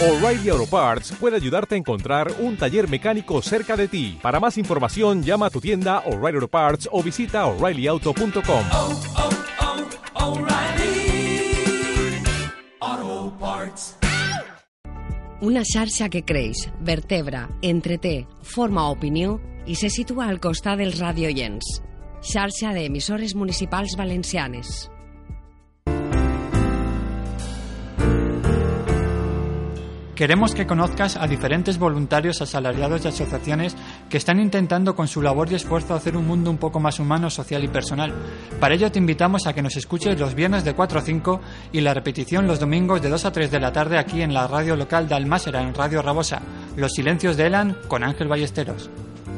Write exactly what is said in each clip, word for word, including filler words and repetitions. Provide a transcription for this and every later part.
O'Reilly Auto Parts puede ayudarte a encontrar un taller mecánico cerca de ti. Para más información, llama a tu tienda O'Reilly Auto Parts o visita O'Reilly Auto punto com. Oh, oh, oh, O'Reilly Auto Parts. Una xarxa que creix, vertebra, entreté, forma opinió i se situa al costat dels radioients. Xarxa d'emissores municipals valencianes. Queremos que conozcas a diferentes voluntarios, asalariados y asociaciones que están intentando con su labor y esfuerzo hacer un mundo un poco más humano, social y personal. Para ello te invitamos a que nos escuches los viernes de cuatro a cinco y la repetición los domingos de dos a tres de la tarde aquí en la radio local de Almásera, en Radio Rabosa. Los silencios de Elan con Ángel Ballesteros.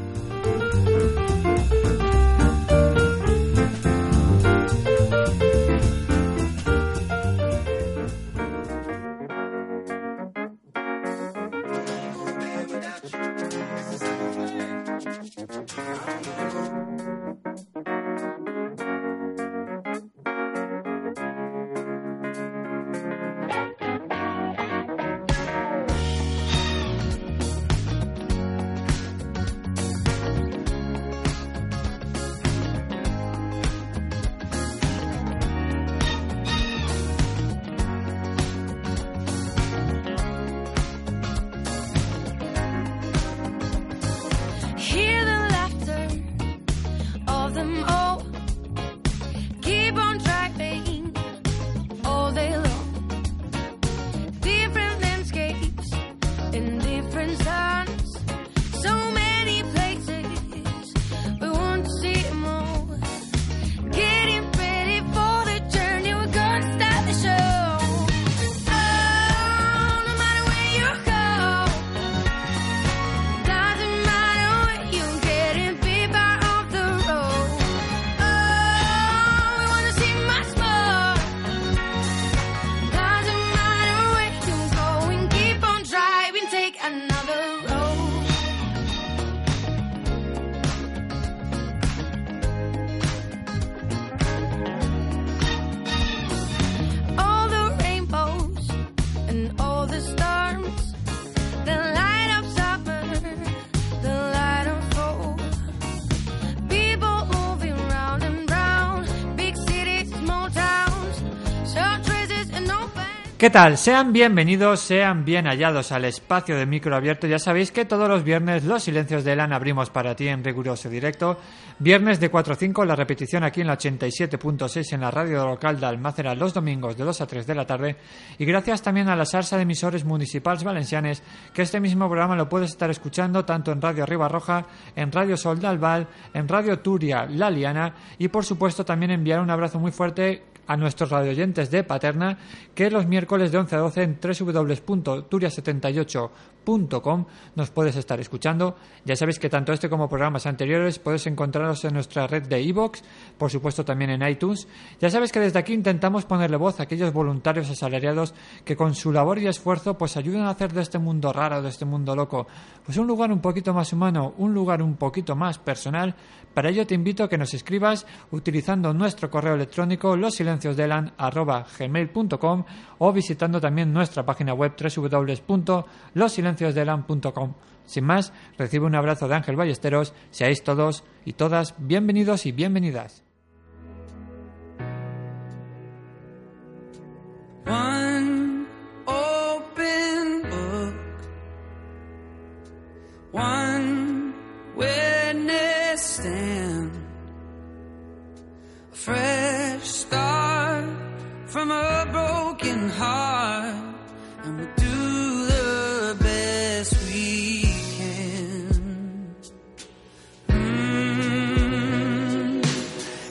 ¿Qué tal? Sean bienvenidos, sean bien hallados al espacio de micro abierto. Ya sabéis que todos los viernes los silencios de Elan abrimos para ti en riguroso directo. Viernes de cuatro a cinco, la repetición aquí en la ochenta y siete punto seis en la radio local de Almácera los domingos de dos a tres de la tarde. Y gracias también a la xarxa de emisores municipals valencianes, que este mismo programa lo puedes estar escuchando tanto en Radio Ribarroja, en Radio Sol de Albal, en Radio Turia La Liana y por supuesto también enviar un abrazo muy fuerte a nuestros radioyentes de Paterna, que los miércoles de once a doce en doble u doble u doble u punto turia setenta y ocho punto com nos puedes estar escuchando. Ya sabéis que tanto este como programas anteriores puedes encontrarlos en nuestra red de iVoox, por supuesto también en iTunes. Ya sabéis que desde aquí intentamos ponerle voz a aquellos voluntarios asalariados que con su labor y esfuerzo pues ayudan a hacer de este mundo raro, de este mundo loco, pues un lugar un poquito más humano, un lugar un poquito más personal. Para ello te invito a que nos escribas utilizando nuestro correo electrónico losilenciosdelan arroba gmail punto com o visitando también nuestra página web doble u doble u doble u punto losilenciosdelan punto com. Sin más, recibe un abrazo de Ángel Ballesteros. Seáis todos y todas bienvenidos y bienvenidas. One open book, one witness stand, a fresh start from a broken heart, and we do the best we can. Mm.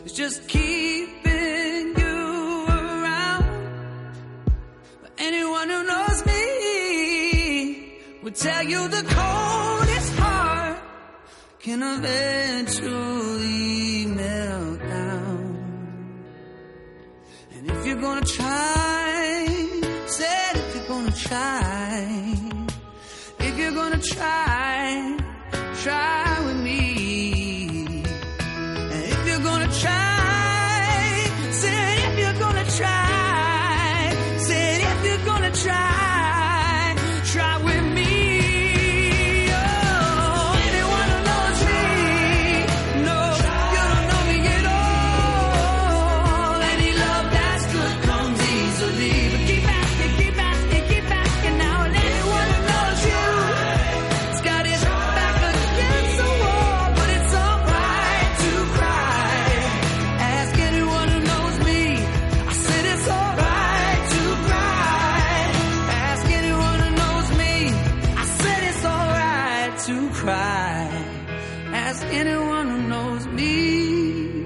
is just keeping you around. But anyone who knows me would tell you the coldest heart can eventually melt down. And if you're gonna try, said if you're gonna try, if you're gonna try, try with me. And if you're gonna try, said if you're gonna try, said if you're gonna try, try with me. Anyone who knows me.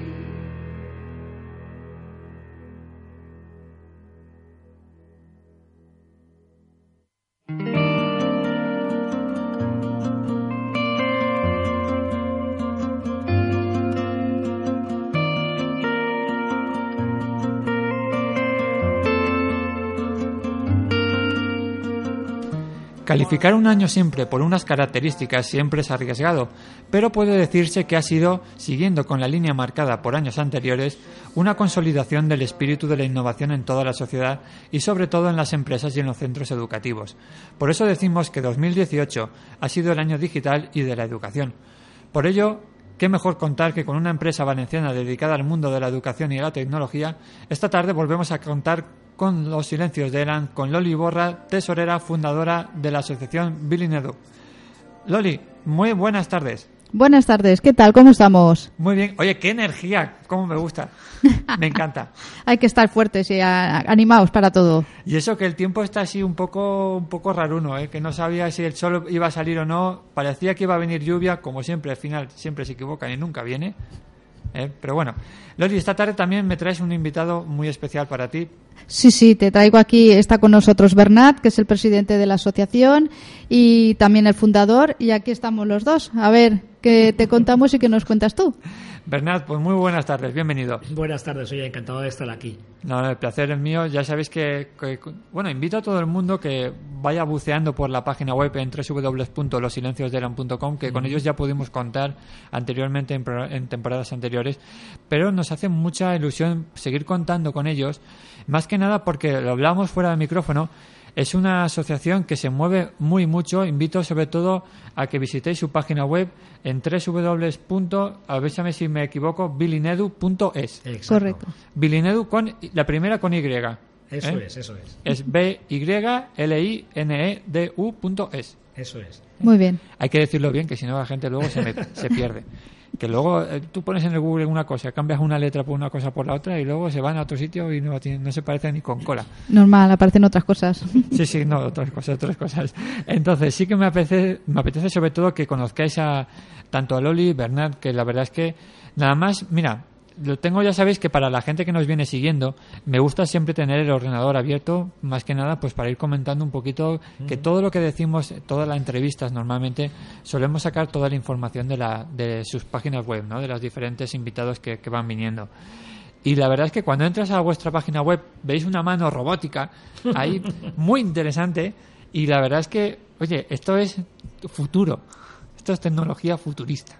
Calificar un año siempre por unas características siempre es arriesgado, pero puede decirse que ha sido, siguiendo con la línea marcada por años anteriores, una consolidación del espíritu de la innovación en toda la sociedad y sobre todo en las empresas y en los centros educativos. Por eso decimos que dos mil dieciocho ha sido el año digital y de la educación. Por ello, qué mejor contar que con una empresa valenciana dedicada al mundo de la educación y a la tecnología. Esta tarde volvemos a contar con los silencios de Elan, con Loli Borra, tesorera fundadora de la asociación Billy Nedu. Loli, muy buenas tardes. Buenas tardes, ¿qué tal? ¿Cómo estamos? Muy bien. Oye, qué energía, cómo me gusta. Me encanta. Hay que estar fuertes y a, animados para todo. Y eso que el tiempo está así un poco un poco raruno, ¿eh? Que no sabía si el sol iba a salir o no. Parecía que iba a venir lluvia, como siempre, al final siempre se equivocan y nunca viene. ¿Eh? Pero bueno, Loli, esta tarde también me traes un invitado muy especial para ti. Sí, sí, te traigo aquí, está con nosotros Bernat, que es el presidente de la asociación y también el fundador, y aquí estamos los dos. A ver, ¿qué te contamos y qué nos cuentas tú? Bernat, pues muy buenas tardes, bienvenido. Buenas tardes, oye, encantado de estar aquí. No, el placer es mío. Ya sabéis que, que, bueno, invito a todo el mundo que vaya buceando por la página web en doble u doble u doble u punto los silencios de elan punto com, que mm. con ellos ya pudimos contar anteriormente en, en temporadas anteriores, pero nos hace mucha ilusión seguir contando con ellos, más que nada porque lo hablamos fuera del micrófono. Es una asociación que se mueve muy mucho. Invito sobre todo a que visitéis su página web en doble u doble u doble u, avísame si me equivoco, bilinedu punto es. Correcto. Bilinedu con la primera con Y. Eso ¿eh? es, eso es. Es B Y L I N E D U punto es. Eso es. Muy bien. Hay que decirlo bien, que si no la gente luego se, me, se pierde. Que luego eh, tú pones en el Google una cosa, cambias una letra por una cosa por la otra y luego se van a otro sitio y no, no se parece ni con cola. Normal, aparecen otras cosas. Sí, sí, no, otras cosas, otras cosas. Entonces sí que me apetece, me apetece sobre todo que conozcáis a tanto a Loli y Bernat, que la verdad es que nada más, mira, lo tengo, ya sabéis que para la gente que nos viene siguiendo, me gusta siempre tener el ordenador abierto, más que nada pues para ir comentando un poquito uh-huh. que todo lo que decimos, todas las entrevistas normalmente solemos sacar toda la información de, la, de sus páginas web, ¿no? De los diferentes invitados que, que van viniendo. Y la verdad es que cuando entras a vuestra página web veis una mano robótica ahí muy interesante y la verdad es que, oye, esto es futuro, esto es tecnología futurista.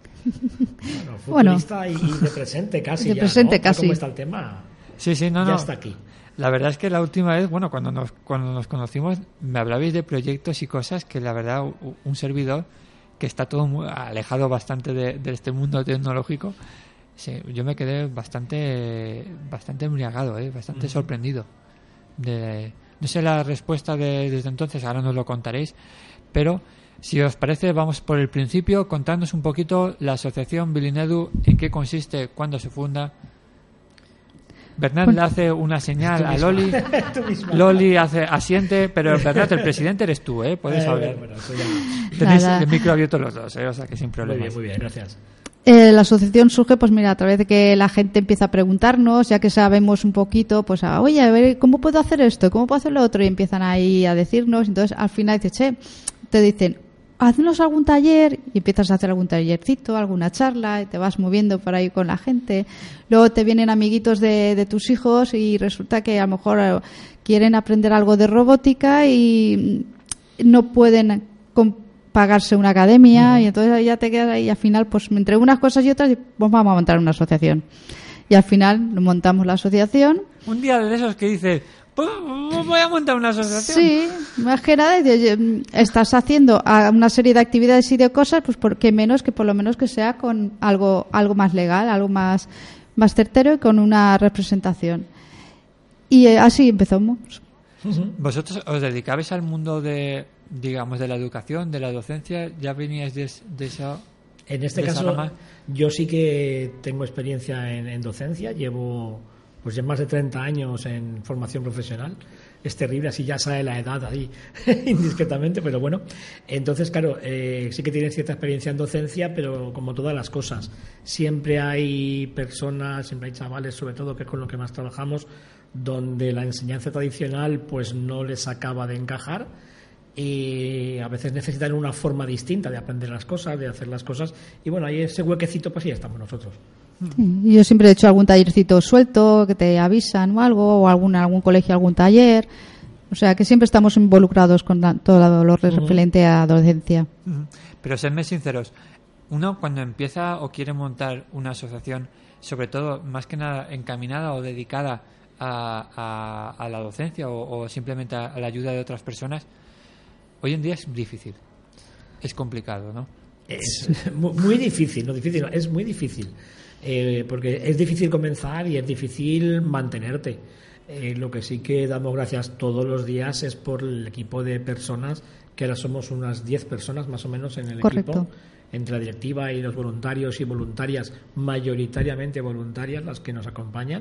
Bueno, futurista bueno, y, y de presente casi. De ya, presente ¿no? casi. ¿Cómo está el tema? Sí, sí, no, ya no. está aquí. La verdad es que la última vez, bueno, cuando nos, cuando nos conocimos, me hablabais de proyectos y cosas que la verdad, un servidor que está todo muy alejado bastante de, de este mundo tecnológico, sí, yo me quedé bastante bastante embriagado, ¿eh? bastante uh-huh. sorprendido. De, no sé la respuesta de, desde entonces, ahora nos lo contaréis, pero si os parece, vamos por el principio, contándonos un poquito la asociación Billy Nedu, en qué consiste, cuándo se funda. Bernat le hace una señal a Loli, Loli hace asiente, pero Bernat, el presidente eres tú, ¿eh? Puedes eh, hablar. Bueno, bueno, ya... Tenéis el micro abierto los dos, ¿eh? O sea que sin problema. Muy bien, muy bien, gracias. Eh, la asociación surge, pues mira, a través de que la gente empieza a preguntarnos, ya que sabemos un poquito, pues, a, oye, a ver, ¿cómo puedo hacer esto? ¿Cómo puedo hacer lo otro? Y empiezan ahí a decirnos. Entonces, al final dices, che, te dicen, haznos algún taller, y empiezas a hacer algún tallercito, alguna charla, y te vas moviendo por ahí con la gente. Luego te vienen amiguitos de, de tus hijos y resulta que a lo mejor eh, quieren aprender algo de robótica y no pueden comp- pagarse una academia, uh-huh. y entonces ya te quedas ahí, y al final, pues entre unas cosas y otras, pues vamos a montar una asociación. Y al final montamos la asociación. Un día de esos que dices, pues voy a montar una asociación. Sí, más que nada, estás haciendo una serie de actividades y de cosas, pues porque menos que por lo menos que sea con algo algo más legal, algo más, más certero y con una representación. Y así empezamos. ¿Vosotros os dedicabais al mundo de, digamos, de la educación, de la docencia? ¿Ya veníais de, de esa En este de caso, esa rama? Yo sí que tengo experiencia en, en docencia. Llevo pues ya más de treinta años en formación profesional. Es terrible, así ya sale la edad ahí indiscretamente, pero bueno. Entonces, claro, eh, sí que tienes cierta experiencia en docencia, pero como todas las cosas, siempre hay personas, siempre hay chavales, sobre todo, que es con lo que más trabajamos, donde la enseñanza tradicional pues no les acaba de encajar y a veces necesitan una forma distinta de aprender las cosas, de hacer las cosas, y bueno, ahí ese huequecito, pues sí estamos nosotros. Sí, yo siempre he hecho algún tallercito suelto, que te avisan o algo, o algún, algún colegio, algún taller, o sea que siempre estamos involucrados con la, todo lo referente a docencia. Pero sedme sinceros, uno cuando empieza o quiere montar una asociación, sobre todo, más que nada encaminada o dedicada a, a, a la docencia o, o simplemente a, a la ayuda de otras personas, hoy en día es difícil, es complicado, ¿no? Es muy difícil, no difícil, no, es muy difícil, eh, porque es difícil comenzar y es difícil mantenerte. Eh, lo que sí que damos gracias todos los días es por el equipo de personas, que ahora somos unas diez personas más o menos en el Correcto. equipo, entre la directiva y los voluntarios y voluntarias, mayoritariamente voluntarias las que nos acompañan,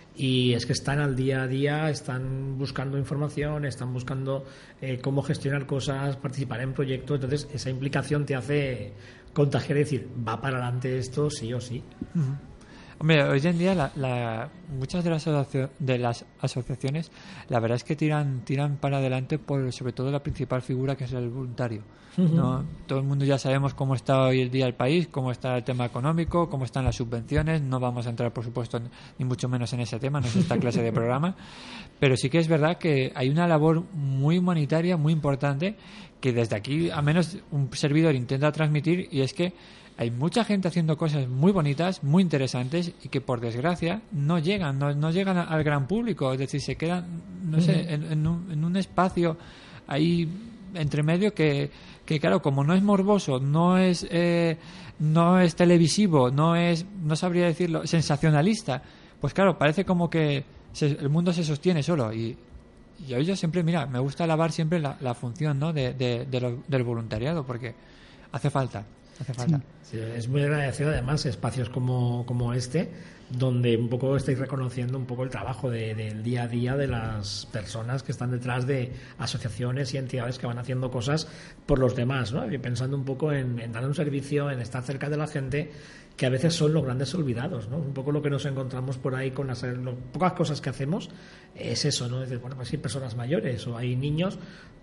y es que están al día a día, están buscando información, están buscando eh, cómo gestionar cosas, participar en proyectos. Entonces esa implicación te hace contagiar y decir, va para adelante esto sí o sí. Uh-huh. Hombre, hoy en día la, la, muchas de las, asocio- de las asociaciones, la verdad es que tiran tiran para adelante por sobre todo la principal figura, que es el voluntario. Uh-huh. ¿No? Todo el mundo ya sabemos cómo está hoy el día el país, cómo está el tema económico, cómo están las subvenciones. No vamos a entrar, por supuesto, ni mucho menos en ese tema, no es esta clase de programa, pero sí que es verdad que hay una labor muy humanitaria, muy importante, que desde aquí, al menos un servidor intenta transmitir, y es que hay mucha gente haciendo cosas muy bonitas, muy interesantes, y que por desgracia no llegan, no, no llegan al gran público. Es decir, se quedan, no uh-huh. sé, en, en, un, en un espacio ahí entre medio que, que claro, como no es morboso, no es eh, no es televisivo, no es, no sabría decirlo, sensacionalista, pues claro, parece como que se, el mundo se sostiene solo. Y y hoy yo siempre, mira, me gusta alabar siempre la, la función, ¿no?, de, de, de lo, del voluntariado, porque hace falta. Hace falta. Sí, es muy agradecido además espacios como, como este, donde un poco estáis reconociendo un poco el trabajo de, del día a día de las personas que están detrás de asociaciones y entidades que van haciendo cosas por los demás, ¿no? Y pensando un poco en, en dar un servicio, en estar cerca de la gente, que a veces son los grandes olvidados, ¿no? Un poco lo que nos encontramos por ahí con las lo, pocas cosas que hacemos es eso, ¿no? Es decir, bueno, pues hay personas mayores o hay niños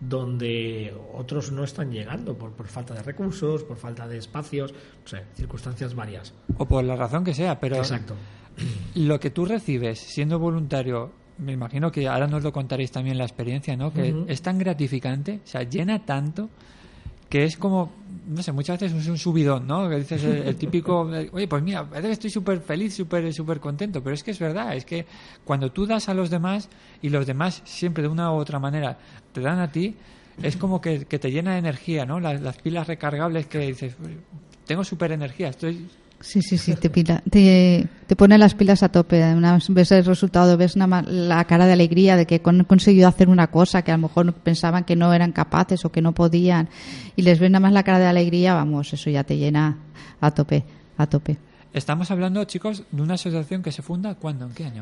donde otros no están llegando por, por falta de recursos, por falta de espacios, no sé, circunstancias varias. O por la razón que sea, pero exacto. Lo que tú recibes siendo voluntario, me imagino que ahora nos lo contaréis también la experiencia, ¿no? Que uh-huh. es tan gratificante, o sea, llena tanto, que es como, no sé, muchas veces es un subidón, ¿no? Que dices el, el típico, oye, pues mira, parece que estoy súper feliz, súper súper contento, pero es que es verdad, es que cuando tú das a los demás y los demás siempre de una u otra manera te dan a ti, es como que, que te llena de energía, ¿no? Las, las pilas recargables que dices, tengo súper energía, estoy... Sí, sí, sí, te, pila, te, te pone las pilas a tope. Una, ves el resultado, ves una, la cara de alegría de que han conseguido hacer una cosa que a lo mejor pensaban que no eran capaces o que no podían, y les ves nada más la cara de alegría, vamos, eso ya te llena a tope, a tope. Estamos hablando, chicos, de una asociación que se funda, ¿cuándo? ¿En qué año?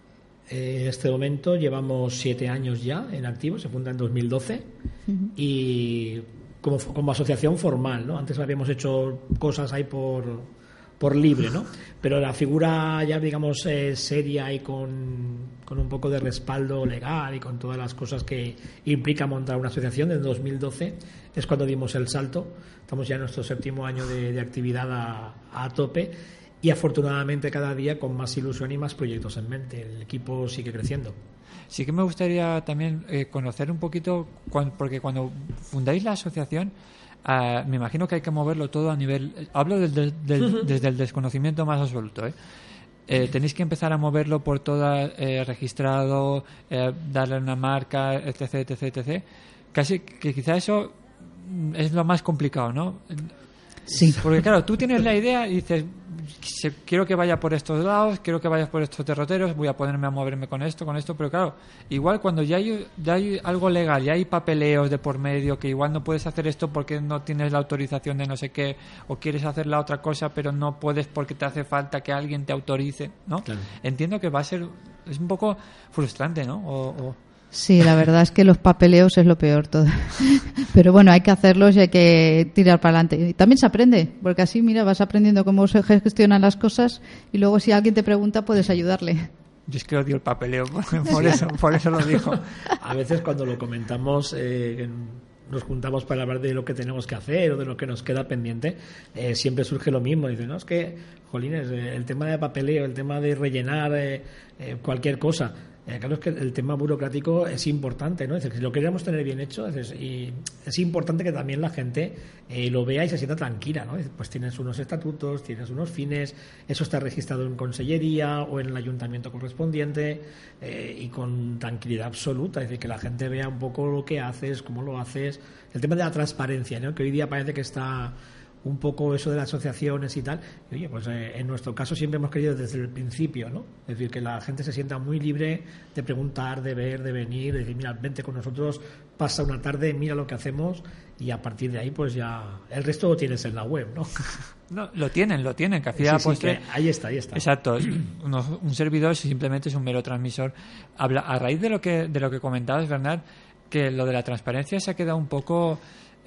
Eh, en este momento llevamos siete años ya en activo, se funda en dos mil doce uh-huh. y como, como asociación formal, ¿no? Antes habíamos hecho cosas ahí por... por libre, ¿no? Pero la figura ya, digamos, eh, seria y con, con un poco de respaldo legal y con todas las cosas que implica montar una asociación, desde dos mil doce es cuando dimos el salto. Estamos ya en nuestro séptimo año de, de actividad a, a tope y afortunadamente cada día con más ilusión y más proyectos en mente. El equipo sigue creciendo. Sí que me gustaría también eh, conocer un poquito, cuan, porque cuando fundáis la asociación, Uh, me imagino que hay que moverlo todo a nivel... Hablo del, del, del, desde el desconocimiento más absoluto, ¿eh? Eh, tenéis que empezar a moverlo por toda eh, registrado, eh, darle una marca, etc, etc, etc. Casi que quizá eso es lo más complicado, ¿no? Sí. Porque claro, tú tienes la idea y dices, quiero que vaya por estos lados, quiero que vayas por estos derroteros, voy a ponerme a moverme con esto, con esto, pero claro, igual cuando ya hay, ya hay algo legal, ya hay papeleos de por medio, que igual no puedes hacer esto porque no tienes la autorización de no sé qué, o quieres hacer la otra cosa pero no puedes porque te hace falta que alguien te autorice, ¿no? Claro. Entiendo que va a ser, es un poco frustrante, ¿no? O, o... Sí, la verdad es que los papeleos es lo peor todo. Pero bueno, hay que hacerlos y hay que tirar para adelante. Y también se aprende, porque así, mira, vas aprendiendo cómo se gestionan las cosas y luego si alguien te pregunta puedes ayudarle. Yo es que odio el papeleo, por eso, por eso lo digo. A veces cuando lo comentamos, eh, nos juntamos para hablar de lo que tenemos que hacer o de lo que nos queda pendiente, eh, siempre surge lo mismo. Dicen, no, es que, jolines, eh, el tema de papeleo, el tema de rellenar eh, eh, cualquier cosa... Eh, claro, es que el tema burocrático es importante, ¿no? Es decir, si lo queremos tener bien hecho, es, decir, y es importante que también la gente eh, lo vea y se sienta tranquila, ¿no? Pues tienes unos estatutos, tienes unos fines, eso está registrado en consellería o en el ayuntamiento correspondiente eh, y con tranquilidad absoluta, es decir, que la gente vea un poco lo que haces, cómo lo haces, el tema de la transparencia, ¿no? Que hoy día parece que está un poco eso de las asociaciones y tal. Y, oye, pues eh, en nuestro caso siempre hemos querido desde el principio, ¿no? Es decir, que la gente se sienta muy libre de preguntar, de ver, de venir, de decir, mira, vente con nosotros, pasa una tarde, mira lo que hacemos y a partir de ahí pues ya el resto lo tienes en la web, ¿no? No, lo tienen, lo tienen, que hacía sí, pues sí, que ahí está, ahí está. Exacto, uno, un servidor simplemente es un mero transmisor. Habla, a raíz de lo que de lo que comentabas, Bernat, que lo de la transparencia se ha quedado un poco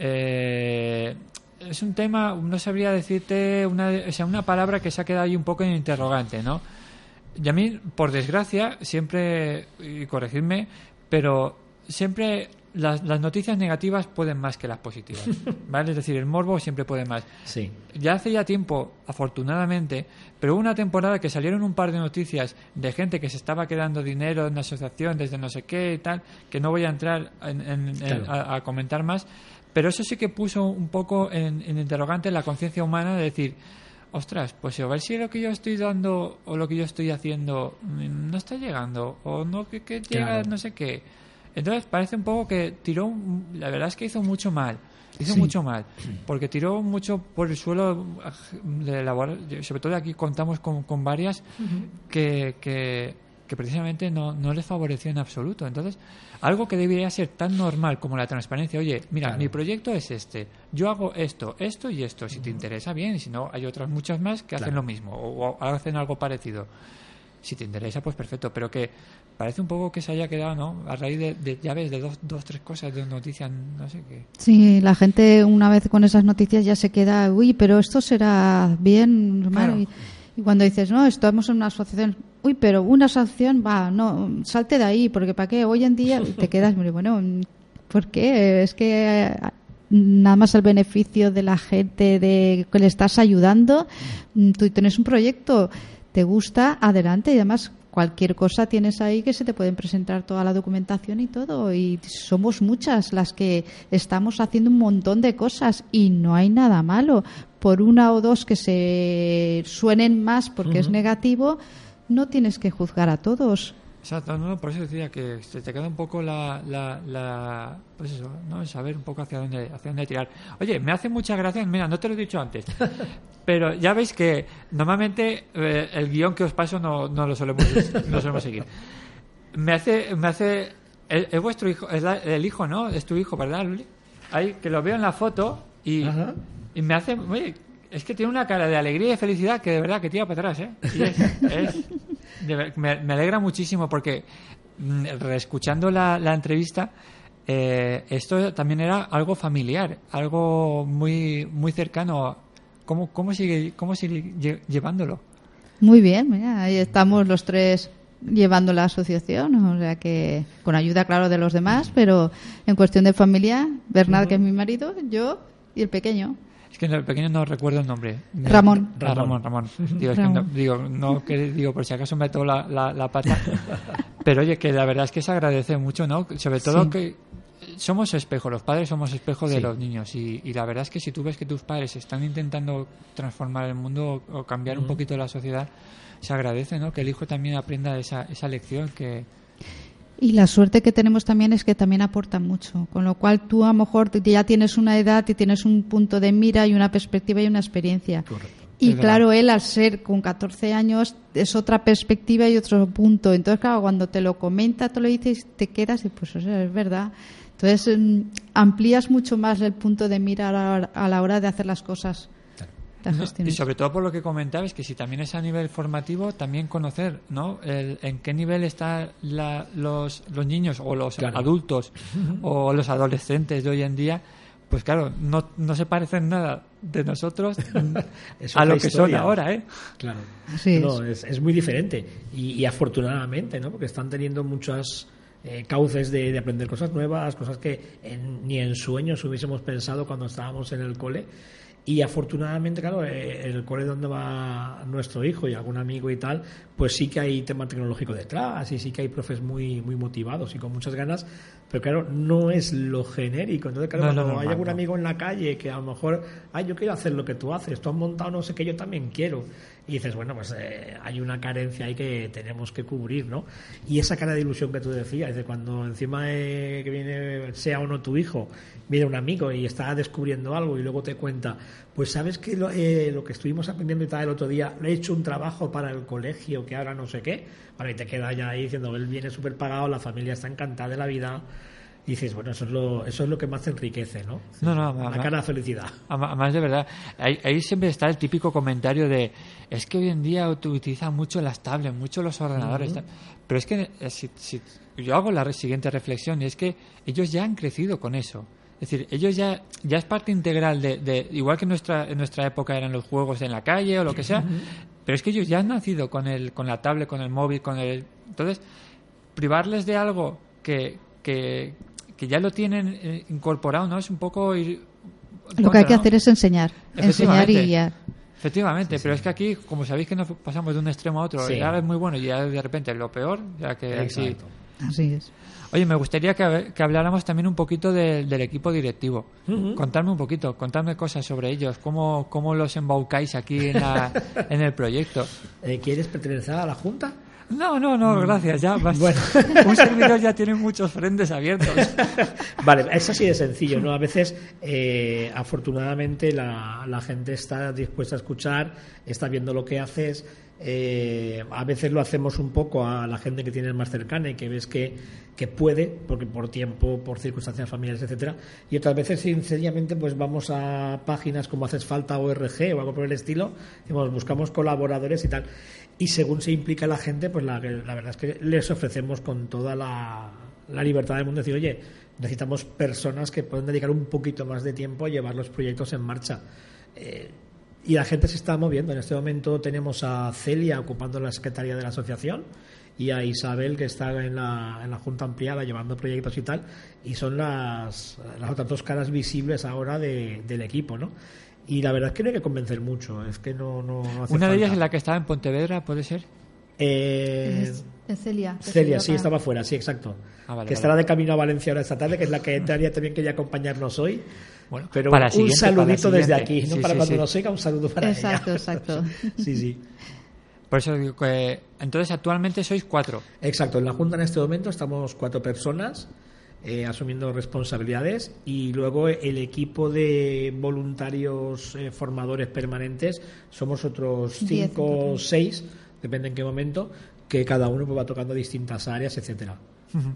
eh, es un tema, no sabría decirte una, o sea, una palabra que se ha quedado ahí un poco en interrogante, ¿no? Y a mí, por desgracia, siempre, y corregidme, pero siempre las, las noticias negativas pueden más que las positivas, ¿vale? Es decir, el morbo siempre puede más. Sí. Ya hace ya tiempo, afortunadamente, pero hubo una temporada que salieron un par de noticias de gente que se estaba quedando dinero en la asociación desde no sé qué y tal, que no voy a entrar en, en, claro. en, a, a comentar más, pero eso sí que puso un poco en, en interrogante la conciencia humana de decir, ostras, pues a ver si lo que yo estoy dando o lo que yo estoy haciendo no está llegando o no que, que llega claro. no sé qué. Entonces parece un poco que tiró, la verdad es que hizo mucho mal, hizo sí. mucho mal, porque tiró mucho por el suelo de labor, sobre todo aquí contamos con, con varias uh-huh. que, que, que precisamente no, no les favoreció en absoluto. Entonces, algo que debería ser tan normal como la transparencia, oye, mira, claro. mi proyecto es este, yo hago esto, esto y esto, si te interesa bien, y si no, hay otras muchas más que claro. hacen lo mismo o, o hacen algo parecido. Si te interesa, pues perfecto, pero que parece un poco que se haya quedado, ¿no? A raíz de, de ya ves, de dos, dos, tres cosas, de noticias, no sé qué. Sí, la gente una vez con esas noticias ya se queda, uy, pero esto será bien, hermano. Claro. Y, y cuando dices, no, estamos en una asociación, uy, pero una asociación, va, no, salte de ahí, porque ¿para qué? Hoy en día te quedas, bueno, ¿por qué? Es que nada más el beneficio de la gente de que le estás ayudando, tú tienes un proyecto, te gusta, adelante, y además cualquier cosa tienes ahí que se te pueden presentar toda la documentación y todo, y somos muchas las que estamos haciendo un montón de cosas y no hay nada malo. Por una o dos que se suenen más porque uh-huh. es negativo, no tienes que juzgar a todos. Exacto, no, por eso decía que se te queda un poco la, la, la pues eso, no, saber un poco hacia dónde, hacia dónde tirar. Oye, me hace mucha gracia, mira, no te lo he dicho antes, pero ya veis que normalmente eh, el guión que os paso no, no lo solemos, no lo solemos seguir. Me hace, me hace, es, es vuestro hijo, es la, el hijo, ¿no? Es tu hijo, ¿verdad, Luli? Ahí que lo veo en la foto y, y me hace, oye, es que tiene una cara de alegría y de felicidad que de verdad que tira para atrás, ¿eh? Y es, es de, me, me alegra muchísimo porque reescuchando la, la entrevista, eh, esto también era algo familiar, algo muy muy cercano ¿cómo, cómo sigue cómo sigue lle- llevándolo? Muy bien, mira, ahí estamos los tres llevando la asociación, o sea que con ayuda, claro, de los demás, pero en cuestión de familia, Bernard, uh-huh. que es mi marido, yo y el pequeño. Es que el pequeño no recuerdo el nombre. Ramón. Ah, Ramón, Ramón. Digo, es que no, digo, no, que, digo, por si acaso meto la, la, la pata. Pero oye, que la verdad es que se agradece mucho, ¿no? Sobre todo sí. que somos espejo, los padres somos espejo de sí. los niños. Y, y la verdad es que si tú ves que tus padres están intentando transformar el mundo o, o cambiar uh-huh. un poquito la sociedad, se agradece, ¿no? Que el hijo también aprenda esa, esa lección que... Y la suerte que tenemos también es que también aportan mucho, con lo cual tú a lo mejor ya tienes una edad y tienes un punto de mira y una perspectiva y una experiencia. Correcto. Y es claro, verdad. Él al ser con catorce años es otra perspectiva y otro punto. Entonces, claro, cuando te lo comenta, te lo dices, te quedas y pues, o sea, es verdad. Entonces, amplías mucho más el punto de mira a la hora de hacer las cosas. No, y sobre todo por lo que comentabas, que si también es a nivel formativo, también conocer, ¿no? El, en qué nivel están la, los, los niños o los claro. adultos o los adolescentes de hoy en día. Pues claro, no, no se parecen nada de nosotros a lo que historia. Son ahora, ¿eh? Claro. Sí, no, es, es muy diferente. Y, y afortunadamente, ¿no? Porque están teniendo muchas eh, cauces de, de aprender cosas nuevas, cosas que en, ni en sueños hubiésemos pensado cuando estábamos en el cole. Y afortunadamente, claro, el cole donde va nuestro hijo y algún amigo y tal, pues sí que hay tema tecnológico detrás y sí que hay profes muy muy motivados y con muchas ganas, pero claro, no es lo genérico. Entonces, claro, no, cuando no, no, hay no, algún no. amigo en la calle que a lo mejor, ay, yo quiero hacer lo que tú haces, tú has montado no sé qué, yo también quiero. Y dices, bueno, pues eh, hay una carencia ahí que tenemos que cubrir, ¿no? Y esa cara de ilusión que tú decías, de cuando encima de que viene, sea o no tu hijo, viene un amigo y está descubriendo algo y luego te cuenta, pues sabes que lo, eh, lo que estuvimos aprendiendo y tal el otro día, le he hecho un trabajo para el colegio que ahora no sé qué, bueno, y te queda ya ahí diciendo, él viene súper pagado, la familia está encantada de la vida. Y dices, bueno, eso es lo eso es lo que más enriquece, ¿no? No, no, la cara de felicidad. Además, de verdad, ahí, ahí siempre está el típico comentario de, es que hoy en día utilizan mucho las tablets, mucho los ordenadores. Uh-huh. Pero es que si, si, yo hago la siguiente reflexión, y es que ellos ya han crecido con eso. Es decir, ellos ya ya es parte integral de, de igual que en nuestra en nuestra época eran los juegos en la calle o lo que sea, uh-huh. pero es que ellos ya han nacido con el con la tablet, con el móvil, con el... Entonces, privarles de algo que... que que ya lo tienen eh, incorporado, ¿no? Es un poco ir... Lo contra, que hay que ¿no? hacer es enseñar, enseñar y guiar. Efectivamente, sí, pero sí. es que aquí, como sabéis que nos pasamos de un extremo a otro, sí. y ahora es muy bueno y ya de repente lo peor, ya que sí. Así es. Oye, me gustaría que, que habláramos también un poquito de, del equipo directivo. Uh-huh. Contadme un poquito, contadme cosas sobre ellos, cómo, cómo los embaucáis aquí en, la, en el proyecto. Eh, ¿Quieres pertenecer a la Junta? No, no, no, gracias. Ya bueno. Un servidor ya tiene muchos frentes abiertos. Vale, es así de sencillo, ¿no? A veces, eh, afortunadamente, la, la gente está dispuesta a escuchar, está viendo lo que haces. Eh, a veces lo hacemos un poco a la gente que tienes más cercana y que ves que, que puede, porque por tiempo, por circunstancias familiares, etcétera, y otras veces sencillamente pues vamos a páginas como Haces Falta O R G o algo por el estilo, digamos, buscamos colaboradores y tal, y según se implica la gente, pues la, la verdad es que les ofrecemos con toda la, la libertad del mundo decir, oye, necesitamos personas que puedan dedicar un poquito más de tiempo a llevar los proyectos en marcha. eh, Y la gente se está moviendo. En este momento tenemos a Celia ocupando la secretaría de la asociación y a Isabel, que está en la, en la Junta Ampliada llevando proyectos y tal, y son las, las otras dos caras visibles ahora de, del equipo, ¿no? Y la verdad es que no hay que convencer mucho, es que no, no, no hace Una falta. de ellas es la que estaba en Pontevedra, ¿puede ser? Eh, es, es Celia. Celia, sí, estaba fuera, sí, exacto. Ah, vale, que vale. Estará de camino a Valencia ahora esta tarde, que es la que entraría también quería acompañarnos hoy. Bueno, pero para un siguiente, saludito para desde aquí, no sí, para sí, cuando sí. nos oiga, un saludo para exacto, ella. Exacto, exacto. Sí, sí. Por eso digo que entonces actualmente sois cuatro. Exacto, en la Junta en este momento estamos cuatro personas eh, asumiendo responsabilidades, y luego el equipo de voluntarios eh, formadores permanentes somos otros cinco o seis, depende en qué momento, que cada uno pues va tocando distintas áreas, etcétera. Uh-huh.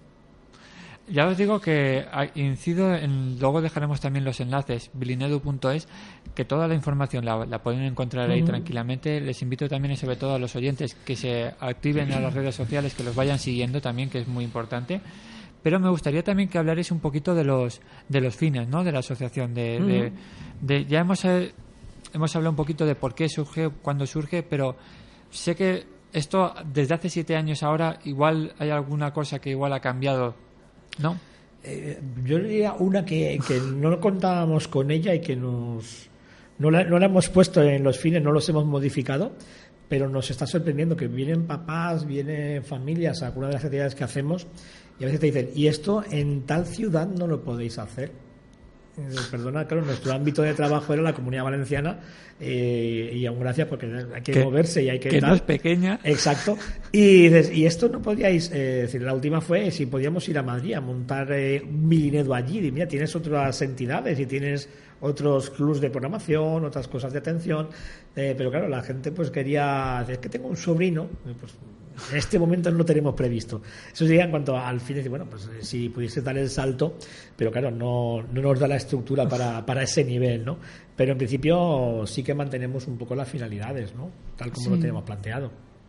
Ya os digo que incido en, luego dejaremos también los enlaces bilinedu punto es, que toda la información la, la pueden encontrar ahí uh-huh. tranquilamente. Les invito también, sobre todo a los oyentes, que se activen a las redes sociales, que los vayan siguiendo también, que es muy importante. Pero me gustaría también que hablarais un poquito de los de los fines, ¿no?, de la asociación. De, uh-huh. de, de ya hemos eh, hemos hablado un poquito de por qué surge, cuándo surge, pero sé que esto desde hace siete años ahora igual hay alguna cosa que igual ha cambiado, ¿no? Eh, yo diría una que, que no contábamos con ella y que nos no la, no la hemos puesto en los fines, no los hemos modificado, pero nos está sorprendiendo que vienen papás, vienen familias a alguna de las actividades que hacemos y a veces te dicen, y esto en tal ciudad no lo podéis hacer. Eh, perdona, claro, nuestro ámbito de trabajo era la Comunidad Valenciana eh, y aún gracias porque hay que, que moverse y hay que... Que tal. no es pequeña. Exacto. Y, y esto no podíais... Eh, decir, la última fue si podíamos ir a Madrid a montar eh, un Milinedo allí. Y mira, tienes otras entidades y tienes otros clubs de programación, otras cosas de atención. Eh, pero claro, la gente pues quería... Es que tengo un sobrino... Pues, en este momento no lo tenemos previsto. Eso sería en cuanto al fin de decir, bueno, pues si pudiese dar el salto, pero claro, no, no nos da la estructura para, para ese nivel, ¿no? Pero en principio sí que mantenemos un poco las finalidades, ¿no? Tal como sí. lo tenemos planteado.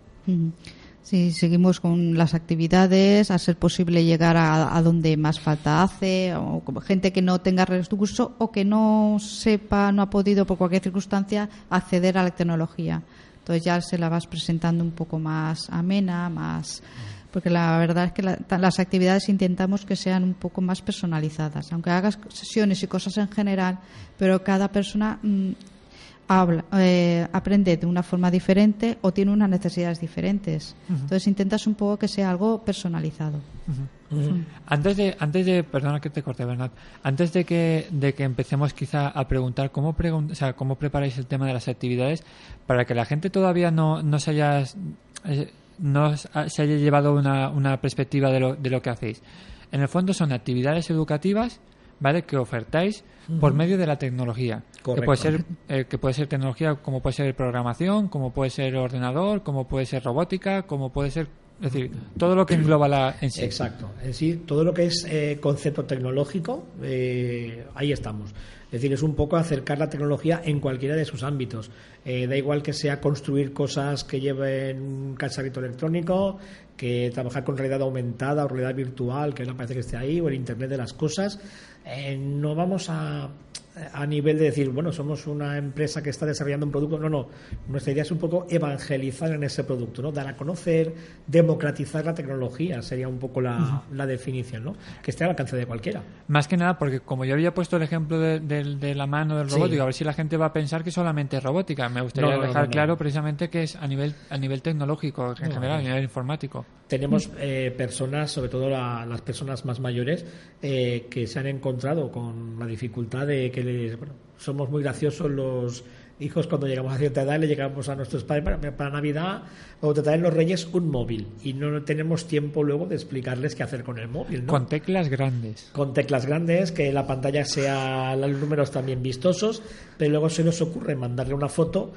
Sí, seguimos con las actividades, a ser posible llegar a, a donde más falta hace, o como gente que no tenga recursos o que no sepa, no ha podido por cualquier circunstancia acceder a la tecnología. Entonces ya se la vas presentando un poco más amena, más porque la verdad es que la, las actividades intentamos que sean un poco más personalizadas, aunque hagas sesiones y cosas en general, pero cada persona mmm, habla, eh, aprende de una forma diferente o tiene unas necesidades diferentes. Uh-huh. Entonces intentas un poco que sea algo personalizado. Uh-huh. Uh-huh. Antes de, antes de, perdona que te corte, Bernat, antes de que, de que empecemos quizá a preguntar cómo, pregun- o sea, cómo preparáis el tema de las actividades, para que la gente todavía no, no se haya, eh, no se haya llevado una, una perspectiva de lo, de lo que hacéis. En el fondo son actividades educativas, ¿vale?, que ofertáis uh-huh. por medio de la tecnología. Correcto. Que puede ser eh, que puede ser tecnología como puede ser programación, como puede ser ordenador, como puede ser robótica, como puede ser, es decir, todo lo que engloba la en sí. Exacto, en sí, todo lo que es eh, concepto tecnológico, eh, ahí estamos. Es decir, es un poco acercar la tecnología en cualquiera de sus ámbitos. Eh, da igual que sea construir cosas que lleven un cacharrito electrónico, que trabajar con realidad aumentada o realidad virtual, que no parece que esté ahí, o el Internet de las cosas. Eh, no vamos a, a nivel de decir, bueno, somos una empresa que está desarrollando un producto. No, no. Nuestra idea es un poco evangelizar en ese producto, ¿no? Dar a conocer, democratizar la tecnología, sería un poco la, uh-huh. la definición, ¿no? Que esté al alcance de cualquiera. Más que nada, porque como yo había puesto el ejemplo de, de, de la mano del robótico, sí. a ver si la gente va a pensar que solamente es robótica. Me gustaría no, no, dejar no, no, claro no. precisamente que es a nivel a nivel tecnológico, en no, general, no. a nivel informático. Tenemos eh, personas, sobre todo la, las personas más mayores, eh, que se han encontrado con la dificultad de que les, bueno, somos muy graciosos los hijos cuando llegamos a cierta edad, le llegamos a nuestros padres para, para Navidad o te traen los Reyes un móvil y no tenemos tiempo luego de explicarles qué hacer con el móvil, ¿no? Con teclas grandes. Con teclas grandes, que la pantalla sea los números también vistosos, pero luego se nos ocurre mandarle una foto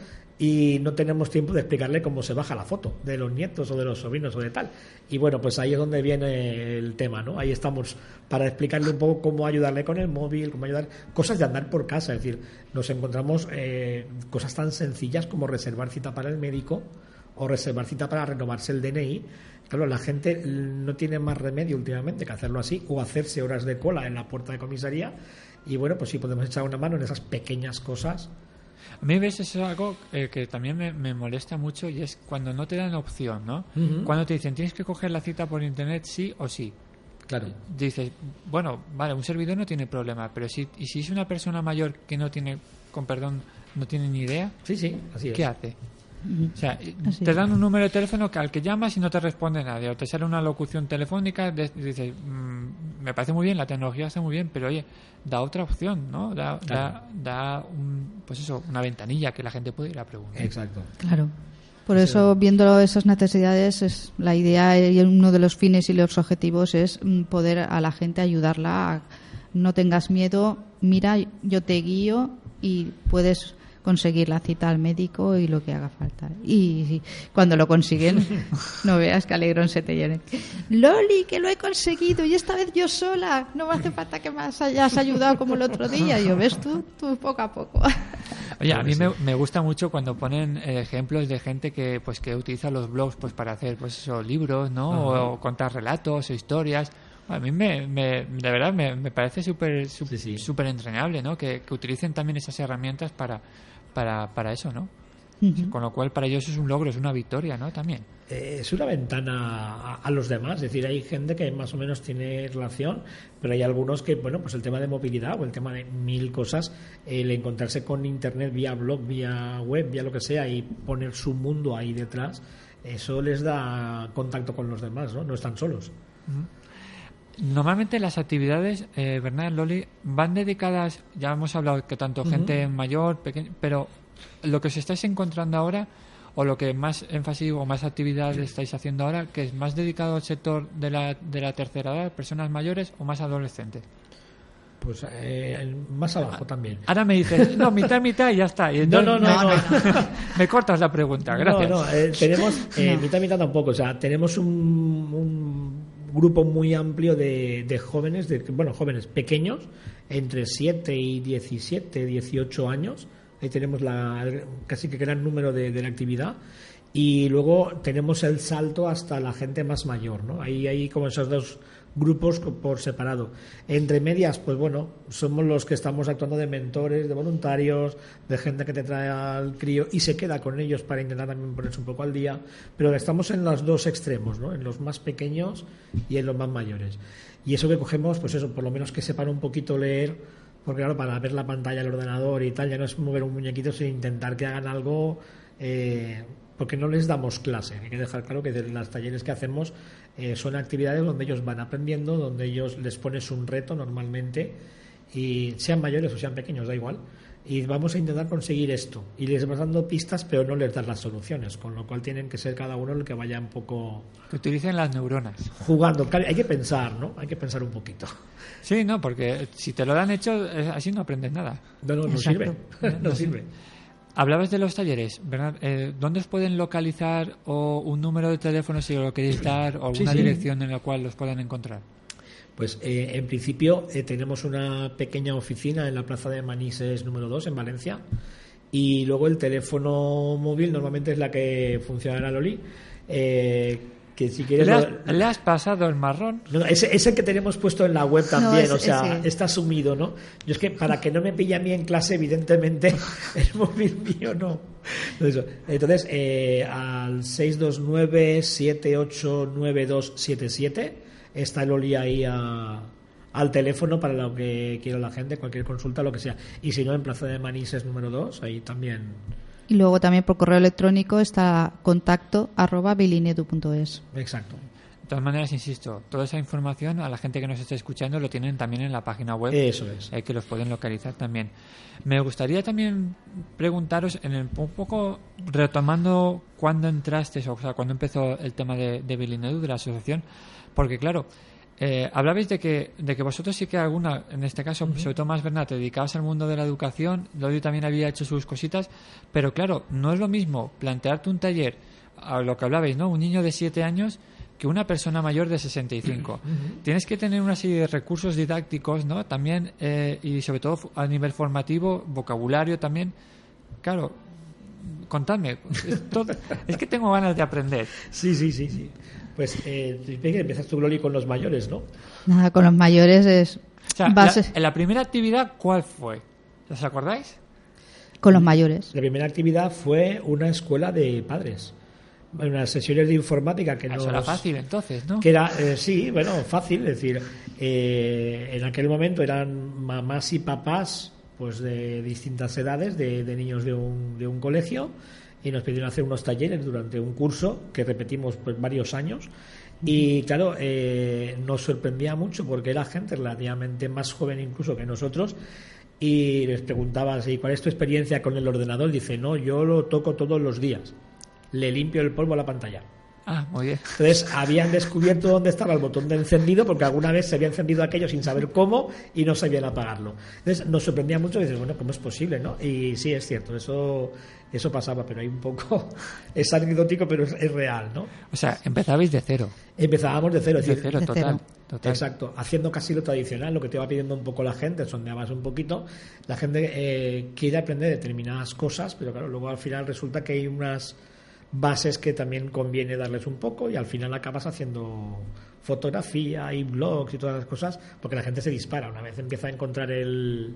y no tenemos tiempo de explicarle cómo se baja la foto de los nietos o de los sobrinos o de tal. Y bueno, pues ahí es donde viene el tema, ¿no? Ahí estamos para explicarle un poco cómo ayudarle con el móvil, cómo ayudar, cosas de andar por casa. Es decir, nos encontramos eh, cosas tan sencillas como reservar cita para el médico o reservar cita para renovarse el D N I. Claro, la gente no tiene más remedio últimamente que hacerlo así o hacerse horas de cola en la puerta de comisaría. Y bueno, pues sí podemos echar una mano en esas pequeñas cosas. A mí, ves, eso es algo eh, que también me, me molesta mucho y es cuando no te dan opción, ¿no? Uh-huh. Cuando te dicen, tienes que coger la cita por internet sí o sí. Claro. Dices, bueno, vale, un servidor no tiene problema, pero si, ¿y si es una persona mayor que no tiene, con perdón, no tiene ni idea? Sí, sí, así es. ¿Qué hace? O sea, así te dan un número de teléfono que al que llamas y no te responde nadie, o te sale una locución telefónica de, dices, mmm, me parece muy bien, la tecnología está muy bien, pero oye, da otra opción, ¿no? Da, claro. da, da un, pues eso, una ventanilla que la gente puede ir a preguntar. Exacto. Claro. Por eso, viendo esas necesidades, es la idea y uno de los fines y los objetivos es poder a la gente ayudarla a, no tengas miedo, mira, yo te guío y puedes conseguir la cita al médico y lo que haga falta. Y, y cuando lo consiguen, no veas que alegrón se te llene. Loli, que lo he conseguido y esta vez yo sola. No me hace falta que me hayas ayudado como el otro día. Yo, ves tú, tú poco a poco. Oye, a mí me, me gusta mucho cuando ponen eh, ejemplos de gente que pues que utiliza los blogs pues para hacer pues eso, libros, ¿no? O, o contar relatos o historias. A mí me, me de verdad me, me parece súper súper sí, sí. entrañable, ¿no? Que, que utilicen también esas herramientas para para, para eso, ¿no? Ujú. Con lo cual para ellos es un logro, es una victoria, ¿no? También. Eh, es una ventana a, a los demás, es decir, hay gente que más o menos tiene relación, pero hay algunos que, bueno, pues el tema de movilidad o el tema de mil cosas, el encontrarse con internet vía blog, vía web, vía lo que sea y poner su mundo ahí detrás, eso les da contacto con los demás, ¿no? No están solos. Normalmente las actividades, eh, Bernat, Loli, van dedicadas, ya hemos hablado que tanto gente mayor, pequeña, pero lo que os estáis encontrando ahora, o lo que más énfasis o más actividades estáis haciendo ahora, que es más dedicado al sector de la, de la tercera edad, personas mayores o más adolescentes. Pues eh, más abajo también. Ahora me dices, no, mitad, mitad y ya está. Y No, no, no, me, no. me cortas la pregunta, gracias. No, no, eh, tenemos eh, mitad, mitad tampoco. O sea, tenemos un, un grupo muy amplio de, de jóvenes, de, bueno, jóvenes pequeños, entre siete y diecisiete, dieciocho años. Ahí tenemos la, casi que gran número de, de la actividad. Y luego tenemos el salto hasta la gente más mayor, ¿no? Ahí hay como esos dos grupos por separado. Entre medias, pues bueno, somos los que estamos actuando de mentores, de voluntarios, de gente que te trae al crío y se queda con ellos para intentar también ponerse un poco al día, pero estamos en los dos extremos, ¿no? En los más pequeños y en los más mayores. Y eso que cogemos, pues eso, por lo menos que sepan un poquito leer, porque claro, para ver la pantalla del ordenador y tal, ya no es mover un muñequito, sino intentar que hagan algo, eh, porque no les damos clase. Hay que dejar claro que de los talleres que hacemos eh, son actividades donde ellos van aprendiendo, donde ellos les pones un reto normalmente, y sean mayores o sean pequeños, da igual, y vamos a intentar conseguir esto. Y les vas dando pistas, pero no les das las soluciones, con lo cual tienen que ser cada uno el que vaya un poco Que utilicen las neuronas. jugando. Hay que pensar, ¿no? Hay que pensar un poquito. Sí, no, porque si te lo dan hecho, eh, así no aprendes nada. No, no, no Exacto. sirve. No sirve. Hablabas de los talleres, ¿verdad? Eh, ¿Dónde os pueden localizar o un número de teléfono si lo queréis dar o Sí, alguna sí. dirección en la cual los puedan encontrar? Pues eh, en principio eh, tenemos una pequeña oficina en la plaza de Manises número dos en Valencia, y luego el teléfono móvil normalmente es la que funcionará, Loli, eh, que si quieres ¿Le has, lo- le has pasado el marrón? No, ese, ese que tenemos puesto en la web también, ese- o sea, ese. está sumido, ¿no? Yo es que para que no me pille a mí en clase, evidentemente, el móvil mío no. Entonces, entonces eh, al seis dos nueve, siete ocho nueve dos siete siete está el Oli ahí a, al teléfono para lo que quiera la gente, cualquier consulta, lo que sea. Y si no, en Plaza de Manises número dos, ahí también. Y luego también por correo electrónico está contacto arroba bilinedu punto es. Exacto. De todas maneras, insisto, toda esa información a la gente que nos esté escuchando lo tienen también en la página web. Eso es. eh, que los pueden localizar también. Me gustaría también preguntaros, en el, un poco retomando cuándo entraste, o sea, cuándo empezó el tema de, de Bilinedu, de la asociación, porque claro, eh, hablabais de que, de que vosotros sí que alguna, en este caso, uh-huh. sobre todo más Bernat, te dedicabas al mundo de la educación, Lodi también había hecho sus cositas, pero claro, no es lo mismo plantearte un taller, a lo que hablabais, ¿no? Un niño de siete años que una persona mayor de sesenta y cinco. Uh-huh. Tienes que tener una serie de recursos didácticos, ¿no? También, eh, y sobre todo a nivel formativo, vocabulario también. Claro, contadme. Es, todo, es que tengo ganas de aprender. Sí, sí, sí, sí. Pues eh, empiezas tu, Loli, con los mayores, ¿no? Nada, con los mayores es o sea, base. La, en la primera actividad, ¿cuál fue? ¿Os acordáis? Con los mayores. La primera actividad fue una escuela de padres. Unas sesiones de informática que no. Eso era fácil entonces, ¿no? Que era, eh, sí, bueno, fácil. Es decir, eh, en aquel momento eran mamás y papás pues de distintas edades, de, de niños de un, de un colegio, y nos pidieron hacer unos talleres durante un curso que repetimos pues varios años. Y claro, eh, nos sorprendía mucho porque era gente relativamente más joven incluso que nosotros, y les preguntaba, ¿sí, cuál es tu experiencia con el ordenador? Dice, no, yo lo toco todos los días, le limpio el polvo a la pantalla. Ah, muy bien. Entonces habían descubierto dónde estaba el botón de encendido, porque alguna vez se había encendido aquello sin saber cómo y no sabían apagarlo. Entonces nos sorprendía mucho y dices, bueno, ¿cómo es posible, no? Y sí, es cierto, eso eso pasaba, pero hay un poco, es anecdótico, pero es, es real, ¿no? O sea, empezabais de cero. Empezábamos de cero, es De decir, cero, de total, cero. total. Exacto, haciendo casi lo tradicional, lo que te va pidiendo un poco la gente, sondeabas un poquito, la gente eh, quiere aprender determinadas cosas, pero claro, luego al final resulta que hay unas bases que también conviene darles un poco y al final acabas haciendo fotografía y blogs y todas las cosas, porque la gente se dispara una vez empieza a encontrar el,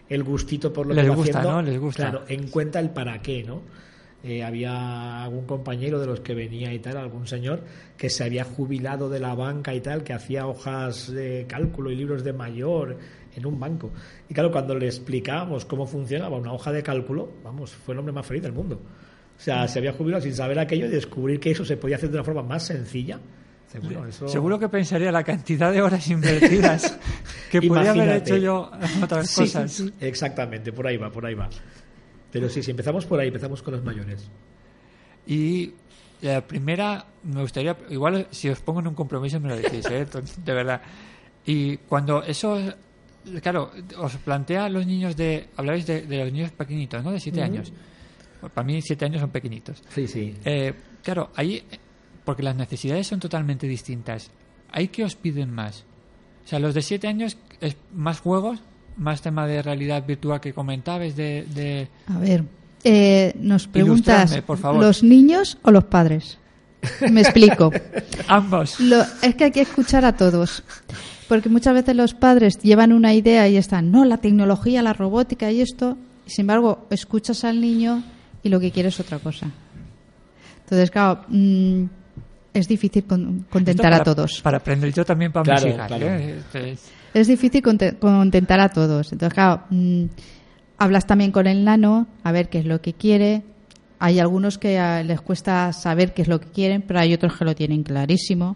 el gustito por lo Les que va gusta, haciendo, ¿no? Les gusta. claro, en cuenta el para qué, ¿no? Eh, había algún compañero de los que venía y tal, algún señor que se había jubilado de la banca y tal, que hacía hojas de cálculo y libros de mayor en un banco. Y claro, cuando le explicábamos cómo funcionaba una hoja de cálculo, vamos, fue el hombre más feliz del mundo. O sea, se había jubilado sin saber aquello y descubrir que eso se podía hacer de una forma más sencilla. Seguro, eso... Seguro que pensaría la cantidad de horas invertidas que podría haber hecho yo en otras sí, cosas. Sí, exactamente, por ahí va, por ahí va. Pero sí, si empezamos por ahí, empezamos con los mayores. Y la primera, me gustaría, igual si os pongo en un compromiso me lo decís, ¿eh? De verdad. Y cuando eso, claro, os plantea a los niños de, habláis de, de los niños pequeñitos, ¿no? De siete uh-huh. años. Para mí siete años son pequeñitos. Sí, sí. Eh, claro, ahí, porque las necesidades son totalmente distintas. ¿Hay que os piden más? O sea, los de siete años es más juegos, más tema de realidad virtual que comentabas de... de... A ver, eh, nos preguntas, por favor. ¿los niños o los padres? Me explico. Ambos. Lo, es que hay que escuchar a todos. Porque muchas veces los padres llevan una idea y están, no, la tecnología, la robótica y esto, y sin embargo, escuchas al niño y lo que quiere es otra cosa. Entonces, claro, mmm, es difícil con, contentar para, a todos. Para aprender yo también para claro, mis hijas. Claro. ¿eh? Entonces... Es difícil contentar a todos. Entonces, claro, mmm, hablas también con el nano a ver qué es lo que quiere. Hay algunos que uh, les cuesta saber qué es lo que quieren, pero hay otros que lo tienen clarísimo.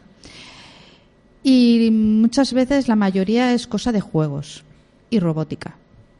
Y muchas veces la mayoría es cosa de juegos y robótica.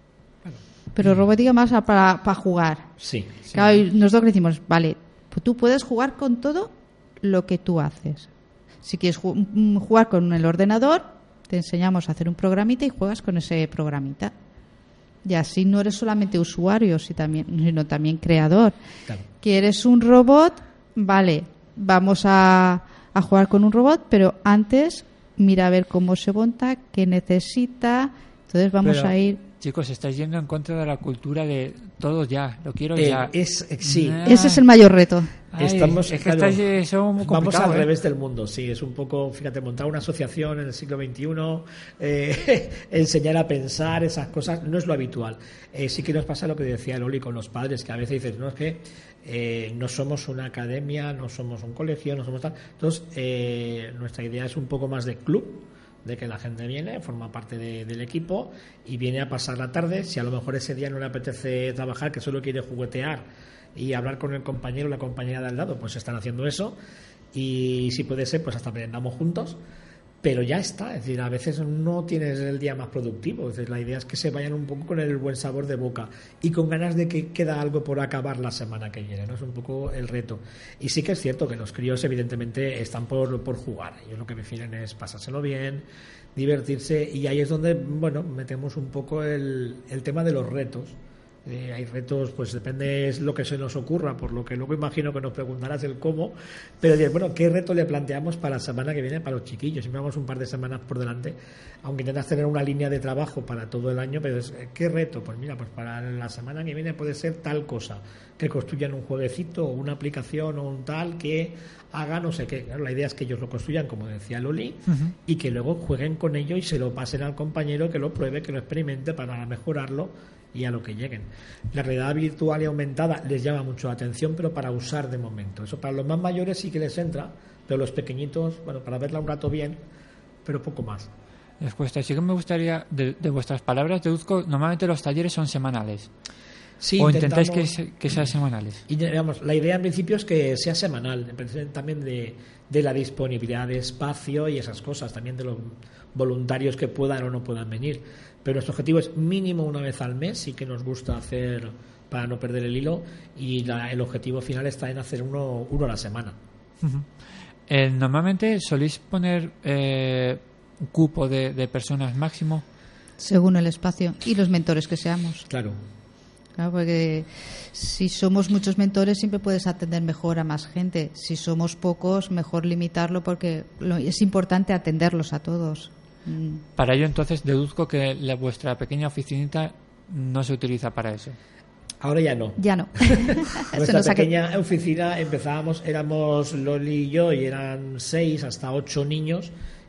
Pero robótica más para, para jugar. Sí. sí. Claro, y nosotros decimos, vale, pues tú puedes jugar con todo lo que tú haces. Si quieres ju- jugar con el ordenador, te enseñamos a hacer un programita y juegas con ese programita. Y así no eres solamente usuario, sino también creador. Claro. ¿Quieres un robot? Vale, vamos a, a jugar con un robot, pero antes mira a ver cómo se monta, qué necesita. Entonces vamos pero, a ir... Chicos, estáis yendo en contra de la cultura de todo ya, lo quiero eh, ya. Es, sí. Ah. Ese es el mayor reto. Ay, Estamos, es que claro, estáis, son muy vamos al ¿eh? revés del mundo, sí, es un poco, fíjate, montar una asociación en el siglo veintiuno, eh, enseñar a pensar esas cosas, no es lo habitual. Eh, sí que nos pasa lo que decía Loli con los padres, que a veces dices, no, es que eh, no somos una academia, no somos un colegio, no somos tal. Entonces, eh, nuestra idea es un poco más de club, de que la gente viene, forma parte de, del equipo y viene a pasar la tarde. Si a lo mejor ese día no le apetece trabajar, que solo quiere juguetear y hablar con el compañero o la compañera de al lado, pues están haciendo eso. Y si puede ser, pues hasta aprendamos juntos. Pero ya está, es decir, a veces no tienes el día más productivo. Es decir, la idea es que se vayan un poco con el buen sabor de boca y con ganas de que queda algo por acabar la semana que viene, ¿no? Es un poco el reto. Y sí que es cierto que los críos evidentemente están por, por jugar. Ellos lo que prefieren es pasárselo bien, divertirse, y ahí es donde, bueno, metemos un poco el, el tema de los retos. Eh, hay retos, pues depende es lo que se nos ocurra, por lo que luego imagino que nos preguntarás el cómo, pero bueno, ¿qué reto le planteamos para la semana que viene para los chiquillos? Siempre vamos un par de semanas por delante, aunque intentas tener una línea de trabajo para todo el año, pero es, ¿qué reto? Pues mira, pues para la semana que viene puede ser tal cosa, que construyan un jueguecito o una aplicación o un tal que haga no sé qué. Claro, la idea es que ellos lo construyan, como decía Loli, uh-huh. y que luego jueguen con ello y se lo pasen al compañero, que lo pruebe, que lo experimente para mejorarlo y a lo que lleguen. La realidad virtual y aumentada les llama mucho la atención, pero para usar de momento. Eso para los más mayores sí que les entra, pero los pequeñitos, bueno, para verla un rato bien, pero poco más. Les cuesta. Sí que me gustaría, de, de vuestras palabras, deduzco, normalmente los talleres son semanales. Sí, o intentáis que, que sean semanales. Y digamos, la idea en principio es que sea semanal, depende también de, de la disponibilidad de espacio y esas cosas, también de los voluntarios que puedan o no puedan venir. Pero nuestro objetivo es mínimo una vez al mes, sí que nos gusta hacer para no perder el hilo, y la, el objetivo final está en hacer uno, uno a la semana. Uh-huh. Eh, normalmente soléis poner eh, un cupo de, de personas máximo. Según el espacio y los mentores que seamos. Claro. Claro, porque si somos muchos mentores siempre puedes atender mejor a más gente. Si somos pocos, mejor limitarlo, porque lo, es importante atenderlos a todos. Mm. Para ello, entonces, deduzco que la, vuestra pequeña oficinita no se utiliza para eso. Ahora ya no. Ya no. Nuestra pequeña saque... oficina empezábamos, éramos Loli y yo, y eran seis hasta ocho niños,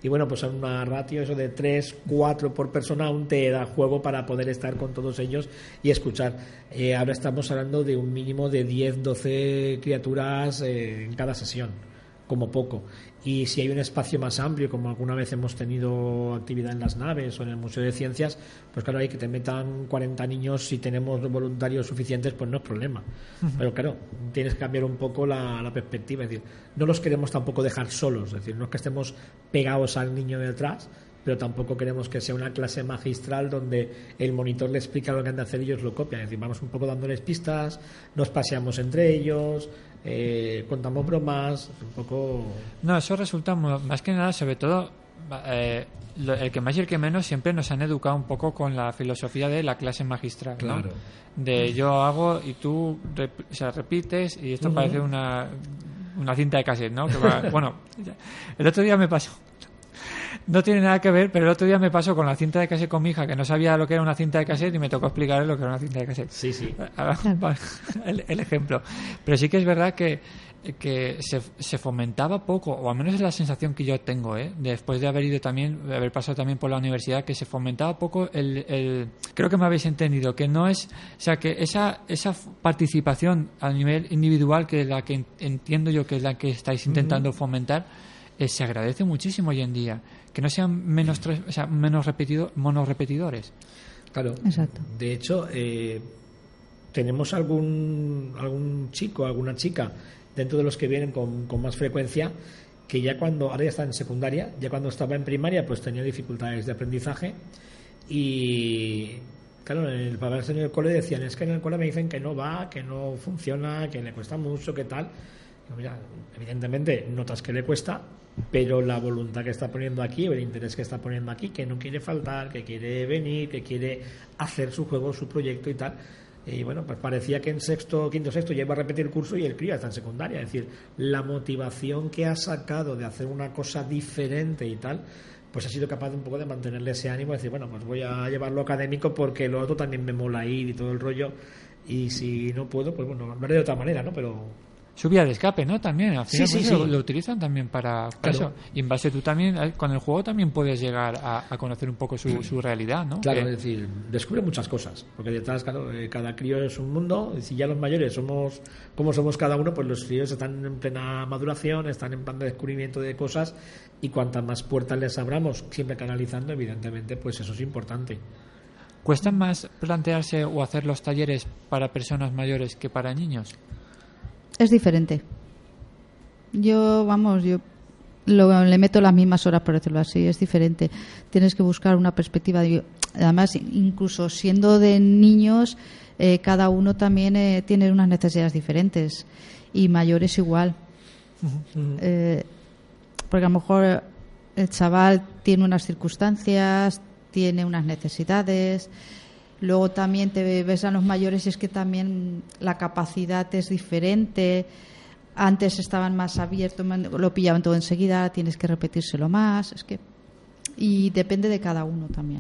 y bueno, pues a una ratio eso de tres, cuatro por persona aún te da juego para poder estar con todos ellos y escuchar. Eh, ahora estamos hablando de un mínimo de diez, doce criaturas eh, en cada sesión, como poco. Y si hay un espacio más amplio, como alguna vez hemos tenido actividad en las naves o en el Museo de Ciencias, pues claro, hay que te metan cuarenta niños, si tenemos voluntarios suficientes, pues no es problema. Uh-huh. Pero claro, tienes que cambiar un poco la, la perspectiva, es decir, no los queremos tampoco dejar solos, es decir, no es que estemos pegados al niño detrás, pero tampoco queremos que sea una clase magistral donde el monitor le explica lo que han de hacer y ellos lo copian. Es decir, vamos un poco dándoles pistas, nos paseamos entre ellos, eh, contamos bromas, un poco... No, eso resulta más que nada, sobre todo, eh, lo, el que más y el que menos siempre nos han educado un poco con la filosofía de la clase magistral, claro, ¿no? De yo hago y tú rep, o sea, repites, y esto uh-huh. parece una, una cinta de cassette, ¿no? Que va, bueno, el otro día me pasó. No tiene nada que ver, pero el otro día me pasó con la cinta de cassette con mi hija, que no sabía lo que era una cinta de cassette y me tocó explicarle lo que era una cinta de cassette. Sí, sí. el, el ejemplo. Pero sí que es verdad que, que se, se fomentaba poco, o al menos es la sensación que yo tengo, ¿eh? Después de haber ido también, de haber pasado también por la universidad, que se fomentaba poco el, el... Creo que me habéis entendido, que no es... O sea, que esa, esa participación a nivel individual, que es la que entiendo yo que es la que estáis intentando uh-huh. fomentar, eh, se agradece muchísimo hoy en día. Que no sean menos, o sea, menos repetido, monorrepetidores. Claro. Exacto. De hecho, eh, tenemos algún algún chico, alguna chica dentro de los que vienen con, con más frecuencia, que ya cuando, ahora ya está en secundaria, ya cuando estaba en primaria, pues tenía dificultades de aprendizaje y claro, en el papá en el cole decían, es que en el cole me dicen que no va, que no funciona, que le cuesta mucho, que tal. Y mira, evidentemente notas que le cuesta, pero la voluntad que está poniendo aquí, o el interés que está poniendo aquí, que no quiere faltar, que quiere venir, que quiere hacer su juego, su proyecto y tal. Y bueno, pues parecía que en sexto, quinto, sexto ya iba a repetir el curso y el crío está en secundaria. Es decir, la motivación que ha sacado de hacer una cosa diferente y tal, pues ha sido capaz un poco de mantenerle ese ánimo, de decir, bueno, pues voy a llevarlo académico porque lo otro también me mola ir y todo el rollo. Y si no puedo, pues bueno, lo haré de otra manera, ¿no? Pero... Su vía de escape, ¿no? También, al final sí, sí, pues, sí. Lo, lo utilizan también para, para claro. eso. Y en base tú también, con el juego también puedes llegar a, a conocer un poco su, su realidad, ¿no? Claro, que... es decir, descubre muchas cosas. Porque detrás, claro, cada crío es un mundo. Y si ya los mayores somos como somos cada uno, pues los críos están en plena maduración, están en plan de descubrimiento de cosas. Y cuantas más puertas les abramos, siempre canalizando, evidentemente, pues eso es importante. ¿Cuesta más plantearse o hacer los talleres para personas mayores que para niños? Es diferente. Yo, vamos, yo lo, le meto las mismas horas, por decirlo así, es diferente. Tienes que buscar una perspectiva. De, además, incluso siendo de niños, eh, cada uno también eh, tiene unas necesidades diferentes. Y mayores igual. Uh-huh. Eh, porque a lo mejor el chaval tiene unas circunstancias, tiene unas necesidades. Luego también te ves a los mayores y es que también la capacidad es diferente. Antes estaban más abiertos, lo pillaban todo enseguida, tienes que repetírselo más. Es que y depende de cada uno también.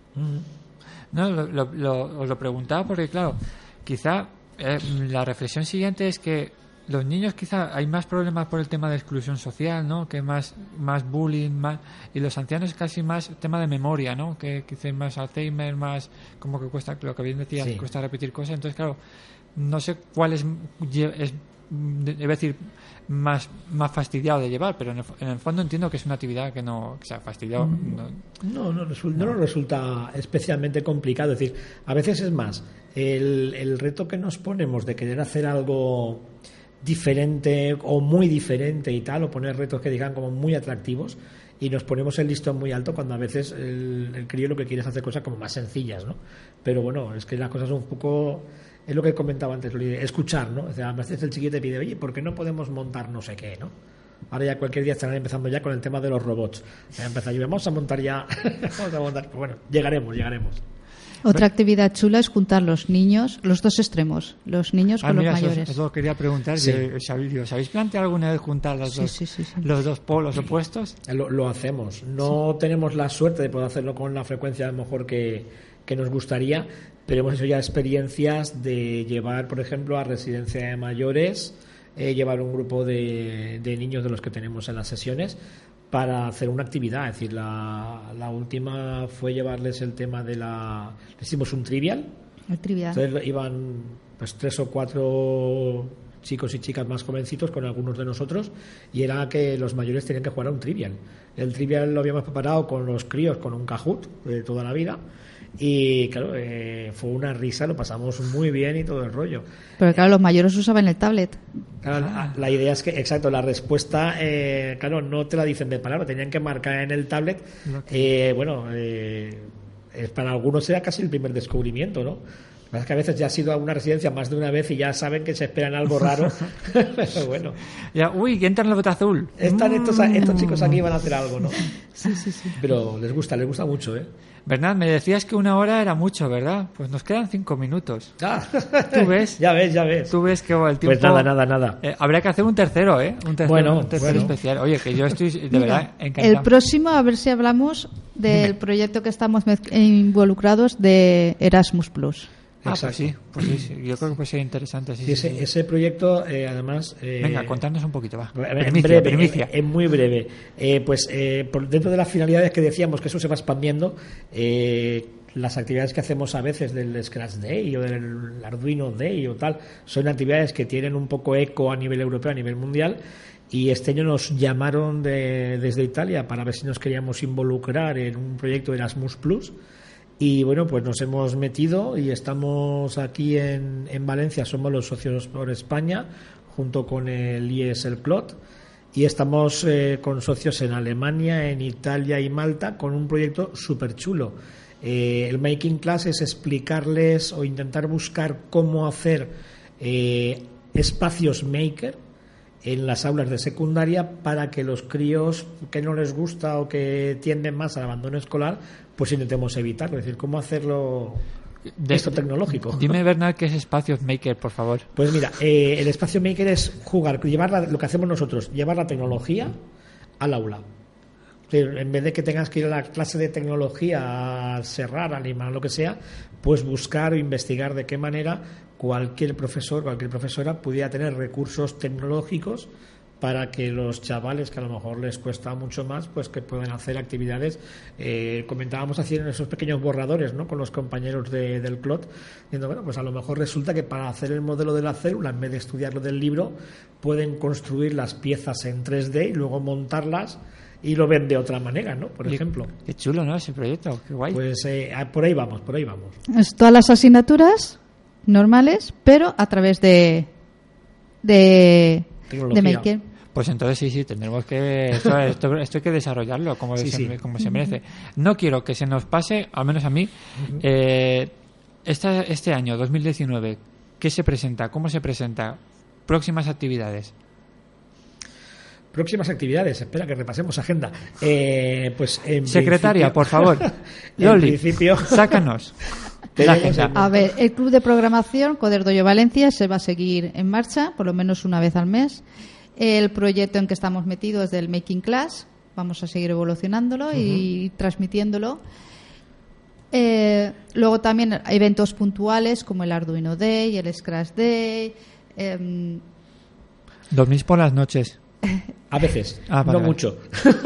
No, lo, lo, lo, os lo preguntaba porque, claro, quizá eh, la reflexión siguiente es que los niños quizá hay más problemas por el tema de exclusión social, ¿no? Que más más bullying, más, y los ancianos casi más tema de memoria, ¿no? Que quizá más Alzheimer, más como que cuesta, lo que bien decías, sí. Cuesta repetir cosas. Entonces, claro, no sé cuál es, es debe decir más más fastidiado de llevar, pero en el, en el fondo entiendo que es una actividad que no, que sea fastidiado. No, no, no, resulta, no. no resulta especialmente complicado. Es decir, a veces es más el, el reto que nos ponemos de querer hacer algo diferente o muy diferente y tal, o poner retos que digan como muy atractivos y nos ponemos el listón muy alto cuando a veces el, el crío lo que quiere es hacer cosas como más sencillas, ¿no? Pero bueno, es que las cosas son un poco, es lo que comentaba antes, escuchar, ¿no? O sea, a veces el chiquito te pide, oye, ¿por qué no podemos montar no sé qué, no? Ahora ya cualquier día estarán empezando ya con el tema de los robots. Ya empezar, y vamos a montar ya, vamos a montar, pues bueno, llegaremos, llegaremos. Otra actividad chula es juntar los niños, los dos extremos, los niños ah, con mira, los mayores. Eso, eso quería preguntar. Sí. ¿Os habéis planteado alguna vez juntar los, sí, dos, sí, sí, sí. los dos polos opuestos? Lo, lo hacemos. No sí. tenemos la suerte de poder hacerlo con la frecuencia a lo mejor que, que nos gustaría, pero hemos hecho ya experiencias de llevar, por ejemplo, a residencia de mayores eh, llevar un grupo de, de niños de los que tenemos en las sesiones para hacer una actividad. Es decir, la, la última fue llevarles el tema de la... Le hicimos un trivial. El trivial. Entonces iban pues tres o cuatro chicos y chicas más jovencitos con algunos de nosotros, y era que los mayores tenían que jugar a un trivial. El trivial lo habíamos preparado con los críos con un Kahoot de toda la vida, y claro, eh, fue una risa, lo pasamos muy bien y todo el rollo. Pero claro, los mayores usaban el tablet. Claro, la, la idea es que, exacto, la respuesta, eh, claro, no te la dicen de palabra, tenían que marcar en el tablet. Eh, bueno, eh, para algunos era casi el primer descubrimiento, ¿no? Es que a veces ya has ido a una residencia más de una vez y ya saben que se esperan algo raro. Pero bueno. Ya, uy, que entra en el bote azul. Están mm. estos, estos chicos aquí van a hacer algo, ¿no? Sí, sí, sí. Pero les gusta, les gusta mucho, ¿eh? Bernat, me decías que una hora era mucho, ¿verdad? Pues nos quedan cinco minutos. Ah. ¿Tú ves? Ya ves, ya ves. Tú ves que oh, el tiempo... Pues nada, nada, nada. Eh, habría que hacer un tercero, ¿eh? Un tercero, bueno, un tercero bueno. especial. Oye, que yo estoy de Mira, verdad encantado. El próximo, a ver si hablamos del Dime. proyecto que estamos mez- involucrados de Erasmus Plus. Ah, Exacto. pues sí, pues sí, sí, yo creo que puede ser interesante. Sí, Y ese, sí, sí. ese proyecto, eh, además... Eh, Venga, contadnos un poquito, va. En Primicia, breve, primicia. En, en muy breve. Eh, pues eh, por dentro de las finalidades que decíamos, que eso se va expandiendo, eh, las actividades que hacemos a veces del Scratch Day o del Arduino Day o tal, son actividades que tienen un poco eco a nivel europeo, a nivel mundial. Y este año nos llamaron de, desde Italia para ver si nos queríamos involucrar en un proyecto de Erasmus Plus. Y bueno, pues nos hemos metido y estamos aquí en, en Valencia, somos los socios por España, junto con el I E S el Clot, y estamos eh, con socios en Alemania, en Italia y Malta, con un proyecto súper chulo. Eh, el Making Class es explicarles o intentar buscar cómo hacer eh, espacios maker en las aulas de secundaria para que los críos que no les gusta o que tienden más al abandono escolar, pues intentemos evitarlo. Es decir, cómo hacerlo De- esto tecnológico. Dime, Bernat, qué es Espacios Maker, por favor. Pues mira, eh, el espacio maker es jugar, llevar la- lo que hacemos nosotros, llevar la tecnología al aula. Es decir, en vez de que tengas que ir a la clase de tecnología a cerrar, a limar, lo que sea, pues buscar o investigar de qué manera cualquier profesor, cualquier profesora pudiera tener recursos tecnológicos para que los chavales, que a lo mejor les cuesta mucho más, pues que puedan hacer actividades. Eh, comentábamos haciendo esos pequeños borradores, ¿no?, con los compañeros de, del Clot, diciendo, bueno, pues a lo mejor resulta que para hacer el modelo de la célula, en vez de estudiarlo del libro, pueden construir las piezas en tres D y luego montarlas y lo ven de otra manera, ¿no? Por Y- ejemplo. Qué chulo, ¿no? Ese proyecto, qué guay. Pues eh, por ahí vamos, por ahí vamos. Es todas las asignaturas normales, pero a través de de, Tecnología. de Maker. Pues entonces sí, sí, tendremos que... Esto, esto, esto hay que desarrollarlo como, Sí, se, sí. como se merece. No quiero que se nos pase, al menos a mí, eh, esta, este año, dos mil diecinueve, ¿qué se presenta? ¿Cómo se presenta? Próximas actividades. Próximas actividades, espera que repasemos agenda. Eh, pues en Secretaria, principio- por favor. En Loli, principio- sácanos. La Tenemos agenda. A ver, el club de programación Coderdoyo Valencia se va a seguir en marcha, por lo menos una vez al mes. El proyecto en que estamos metidos es del Making Class, vamos a seguir evolucionándolo y transmitiéndolo. Eh, luego también eventos puntuales como el Arduino Day, el Scratch Day. em, Dormís por las noches. A veces, Ah, vale, no vale. mucho.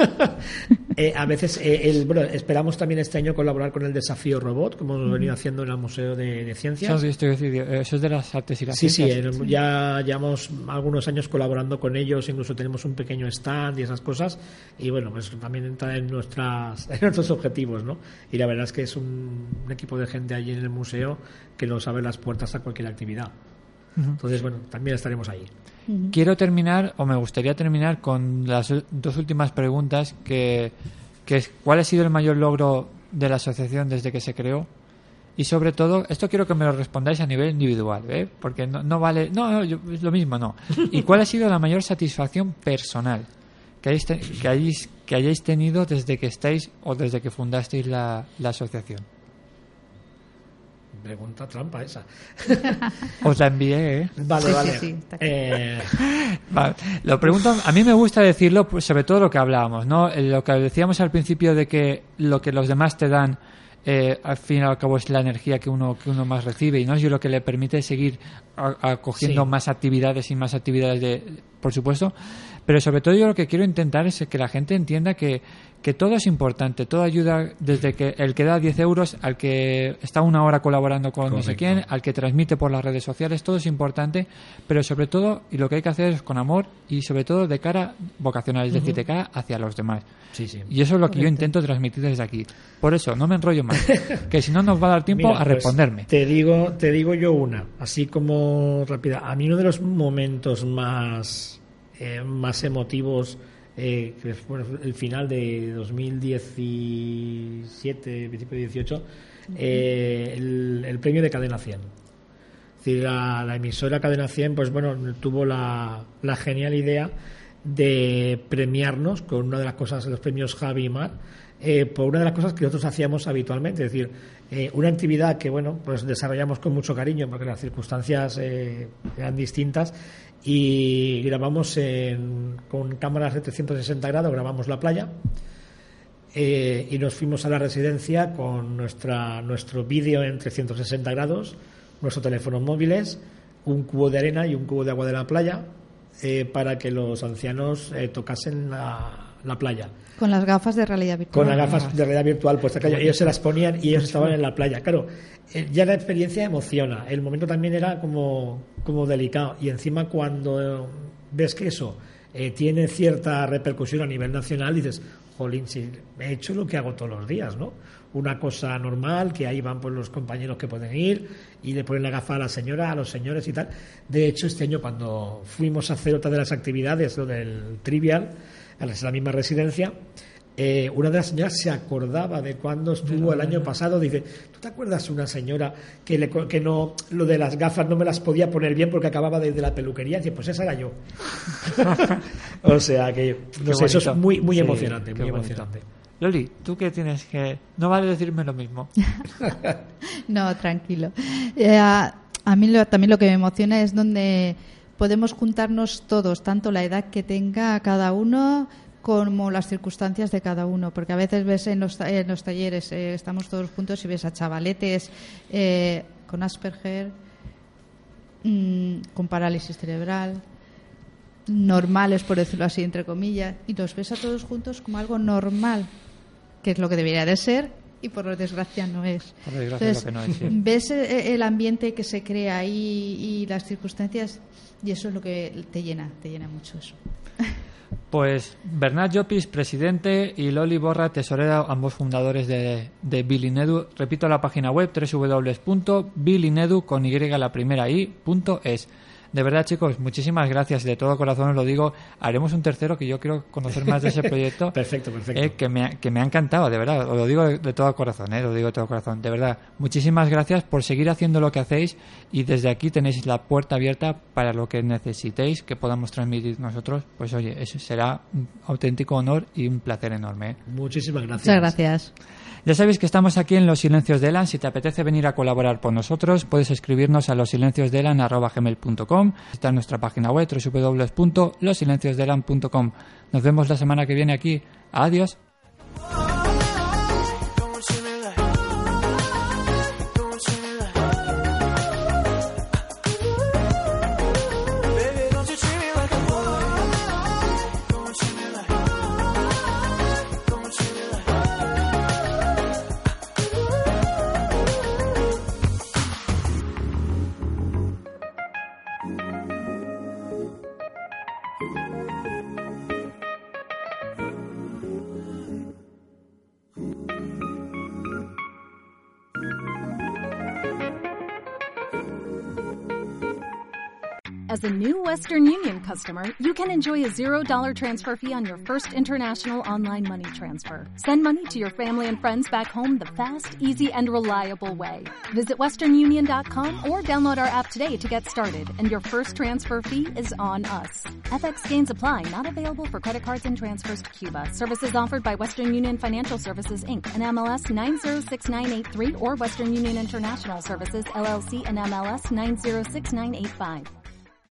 Eh, a veces, eh, el, bueno, esperamos también este año colaborar con el Desafío Robot, como hemos venido haciendo en el Museo de, de Ciencias. Eso, estoy decidido. Eso es de las artes y las Sí, sí, ciencias. eh, ya llevamos algunos años colaborando con ellos, incluso tenemos un pequeño stand y esas cosas, y bueno, pues también entra en, nuestras, en nuestros objetivos, ¿no? Y la verdad es que es un, un equipo de gente allí en el museo que nos abre las puertas a cualquier actividad. Entonces, bueno, también estaremos ahí. Quiero terminar, o me gustaría terminar, con las u- dos últimas preguntas, que, que es ¿cuál ha sido el mayor logro de la asociación desde que se creó? Y sobre todo, esto quiero que me lo respondáis a nivel individual, ¿eh? Porque no, no vale... No, no, yo- es lo mismo, no. ¿Y cuál ha sido la mayor satisfacción personal que hayáis, te- que hayáis, que hayáis tenido desde que estáis o desde que fundasteis la, la asociación? Pregunta trampa esa. Os la envié, ¿eh? Vale, Sí, vale. sí, sí, está claro. Eh, Vale. Lo pregunto, a mí me gusta decirlo, pues, sobre todo lo que hablábamos, ¿no? Eh, Lo que decíamos al principio de que lo que los demás te dan eh, al fin y al cabo es la energía que uno que uno más recibe y no es lo que le permite seguir acogiendo Sí. más actividades y más actividades de, por supuesto, pero sobre todo yo lo que quiero intentar es que la gente entienda que, que todo es importante, todo ayuda, desde que el que da diez euros al que está una hora colaborando con no sé Correcto. quién, al que transmite por las redes sociales, todo es importante, pero sobre todo, y lo que hay que hacer es con amor y sobre todo de cara vocacional, es decir, de cara hacia los demás. Sí, sí. Y eso es lo que yo Correcto. intento transmitir desde aquí. Por eso, no me enrollo más, que si no nos va a dar tiempo Mira, a pues, responderme. te digo, te digo yo una, así como rápida. A mí uno de los momentos más, eh, más emotivos, eh, que fue el final de dos mil diecisiete, principio de dieciocho, eh, el, el premio de Cadena cien. Es decir, la, la emisora Cadena cien, pues bueno, tuvo la, la genial idea de premiarnos con una de las cosas, los premios Javi y Mar, eh, por una de las cosas que nosotros hacíamos habitualmente, es decir, eh, una actividad que bueno, pues desarrollamos con mucho cariño porque las circunstancias eh, eran distintas y grabamos en, con cámaras de trescientos sesenta grados, grabamos la playa. Eh, y nos fuimos a la residencia con nuestra nuestro vídeo en trescientos sesenta grados, nuestros teléfonos móviles, un cubo de arena y un cubo de agua de la playa, eh, para que los ancianos eh, tocasen la, la playa. Con las gafas de realidad virtual. Con las gafas de realidad virtual puestas, claro, ellos se las ponían y ellos estaban en la playa. Claro, eh, ya la experiencia emociona, el momento también era como, como delicado y encima cuando eh, ves que eso eh, tiene cierta repercusión a nivel nacional, dices, jolín, si he hecho lo que hago todos los días, ¿no? Una cosa normal, que ahí van pues los compañeros que pueden ir y le ponen la gafa a la señora, a los señores y tal. De hecho, este año cuando fuimos a hacer otra de las actividades, lo del Trivial, a la misma residencia, eh, una de las señoras se acordaba de cuando estuvo el año pasado. Dice, ¿tú te acuerdas una señora que, le, que no, lo de las gafas no me las podía poner bien porque acababa de, de la peluquería? Dice, pues esa era yo. O sea que, no sé, eso es muy, muy Sí, emocionante, qué muy bonito. emocionante. Loli, ¿tú qué tienes que...? No vale decirme lo mismo. No, tranquilo. Eh, a, a mí lo- también lo que me emociona es donde podemos juntarnos todos, tanto la edad que tenga cada uno como las circunstancias de cada uno, porque a veces ves en los, ta- en los talleres, eh, estamos todos juntos y ves a chavaletes eh, con Asperger, mm, con parálisis cerebral, normales, por decirlo así, entre comillas, y los ves a todos juntos como algo normal, que es lo que debería de ser, y por desgracia no es. Por desgracia es lo que no es, sí. Ves eh, el ambiente que se crea ahí y las circunstancias, y eso es lo que te llena, te llena mucho eso. Pues Bernat Llopis, presidente, y Loli Borra, tesorera, ambos fundadores de, de Bilinedu. Repito la página web, doble u doble u doble u punto bilinedu con y la primera i punto es. De verdad, chicos, muchísimas gracias. De todo corazón os lo digo. Haremos un tercero que yo quiero conocer más de ese proyecto. Perfecto, perfecto. eh, que, me, ha- que me ha encantado, de verdad. Os lo digo de, de todo corazón, eh, lo digo de todo corazón. De verdad, muchísimas gracias por seguir haciendo lo que hacéis y desde aquí tenéis la puerta abierta para lo que necesitéis que podamos transmitir nosotros. Pues oye, eso será un auténtico honor y un placer enorme. eh. Muchísimas gracias. Muchas gracias. Ya sabéis que estamos aquí en Los Silencios de Elan. Si te apetece venir a colaborar con nosotros, puedes escribirnos a losilenciosdelan arroba gmail punto com. Está en nuestra página web, doble u doble u doble u punto los silencios de elan punto com. Nos vemos la semana que viene aquí. Adiós. As a new Western Union customer, you can enjoy a zero dollar transfer fee on your first international online money transfer. Send money to your family and friends back home the fast, easy, and reliable way. Visit western union dot com or download our app today to get started, and your first transfer fee is on us. F X gains apply, not available for credit cards and transfers to Cuba. Services offered by Western Union Financial Services, Incorporated and M L S nine zero six nine eight three or Western Union International Services, L L C and M L S nine zero six nine eight five.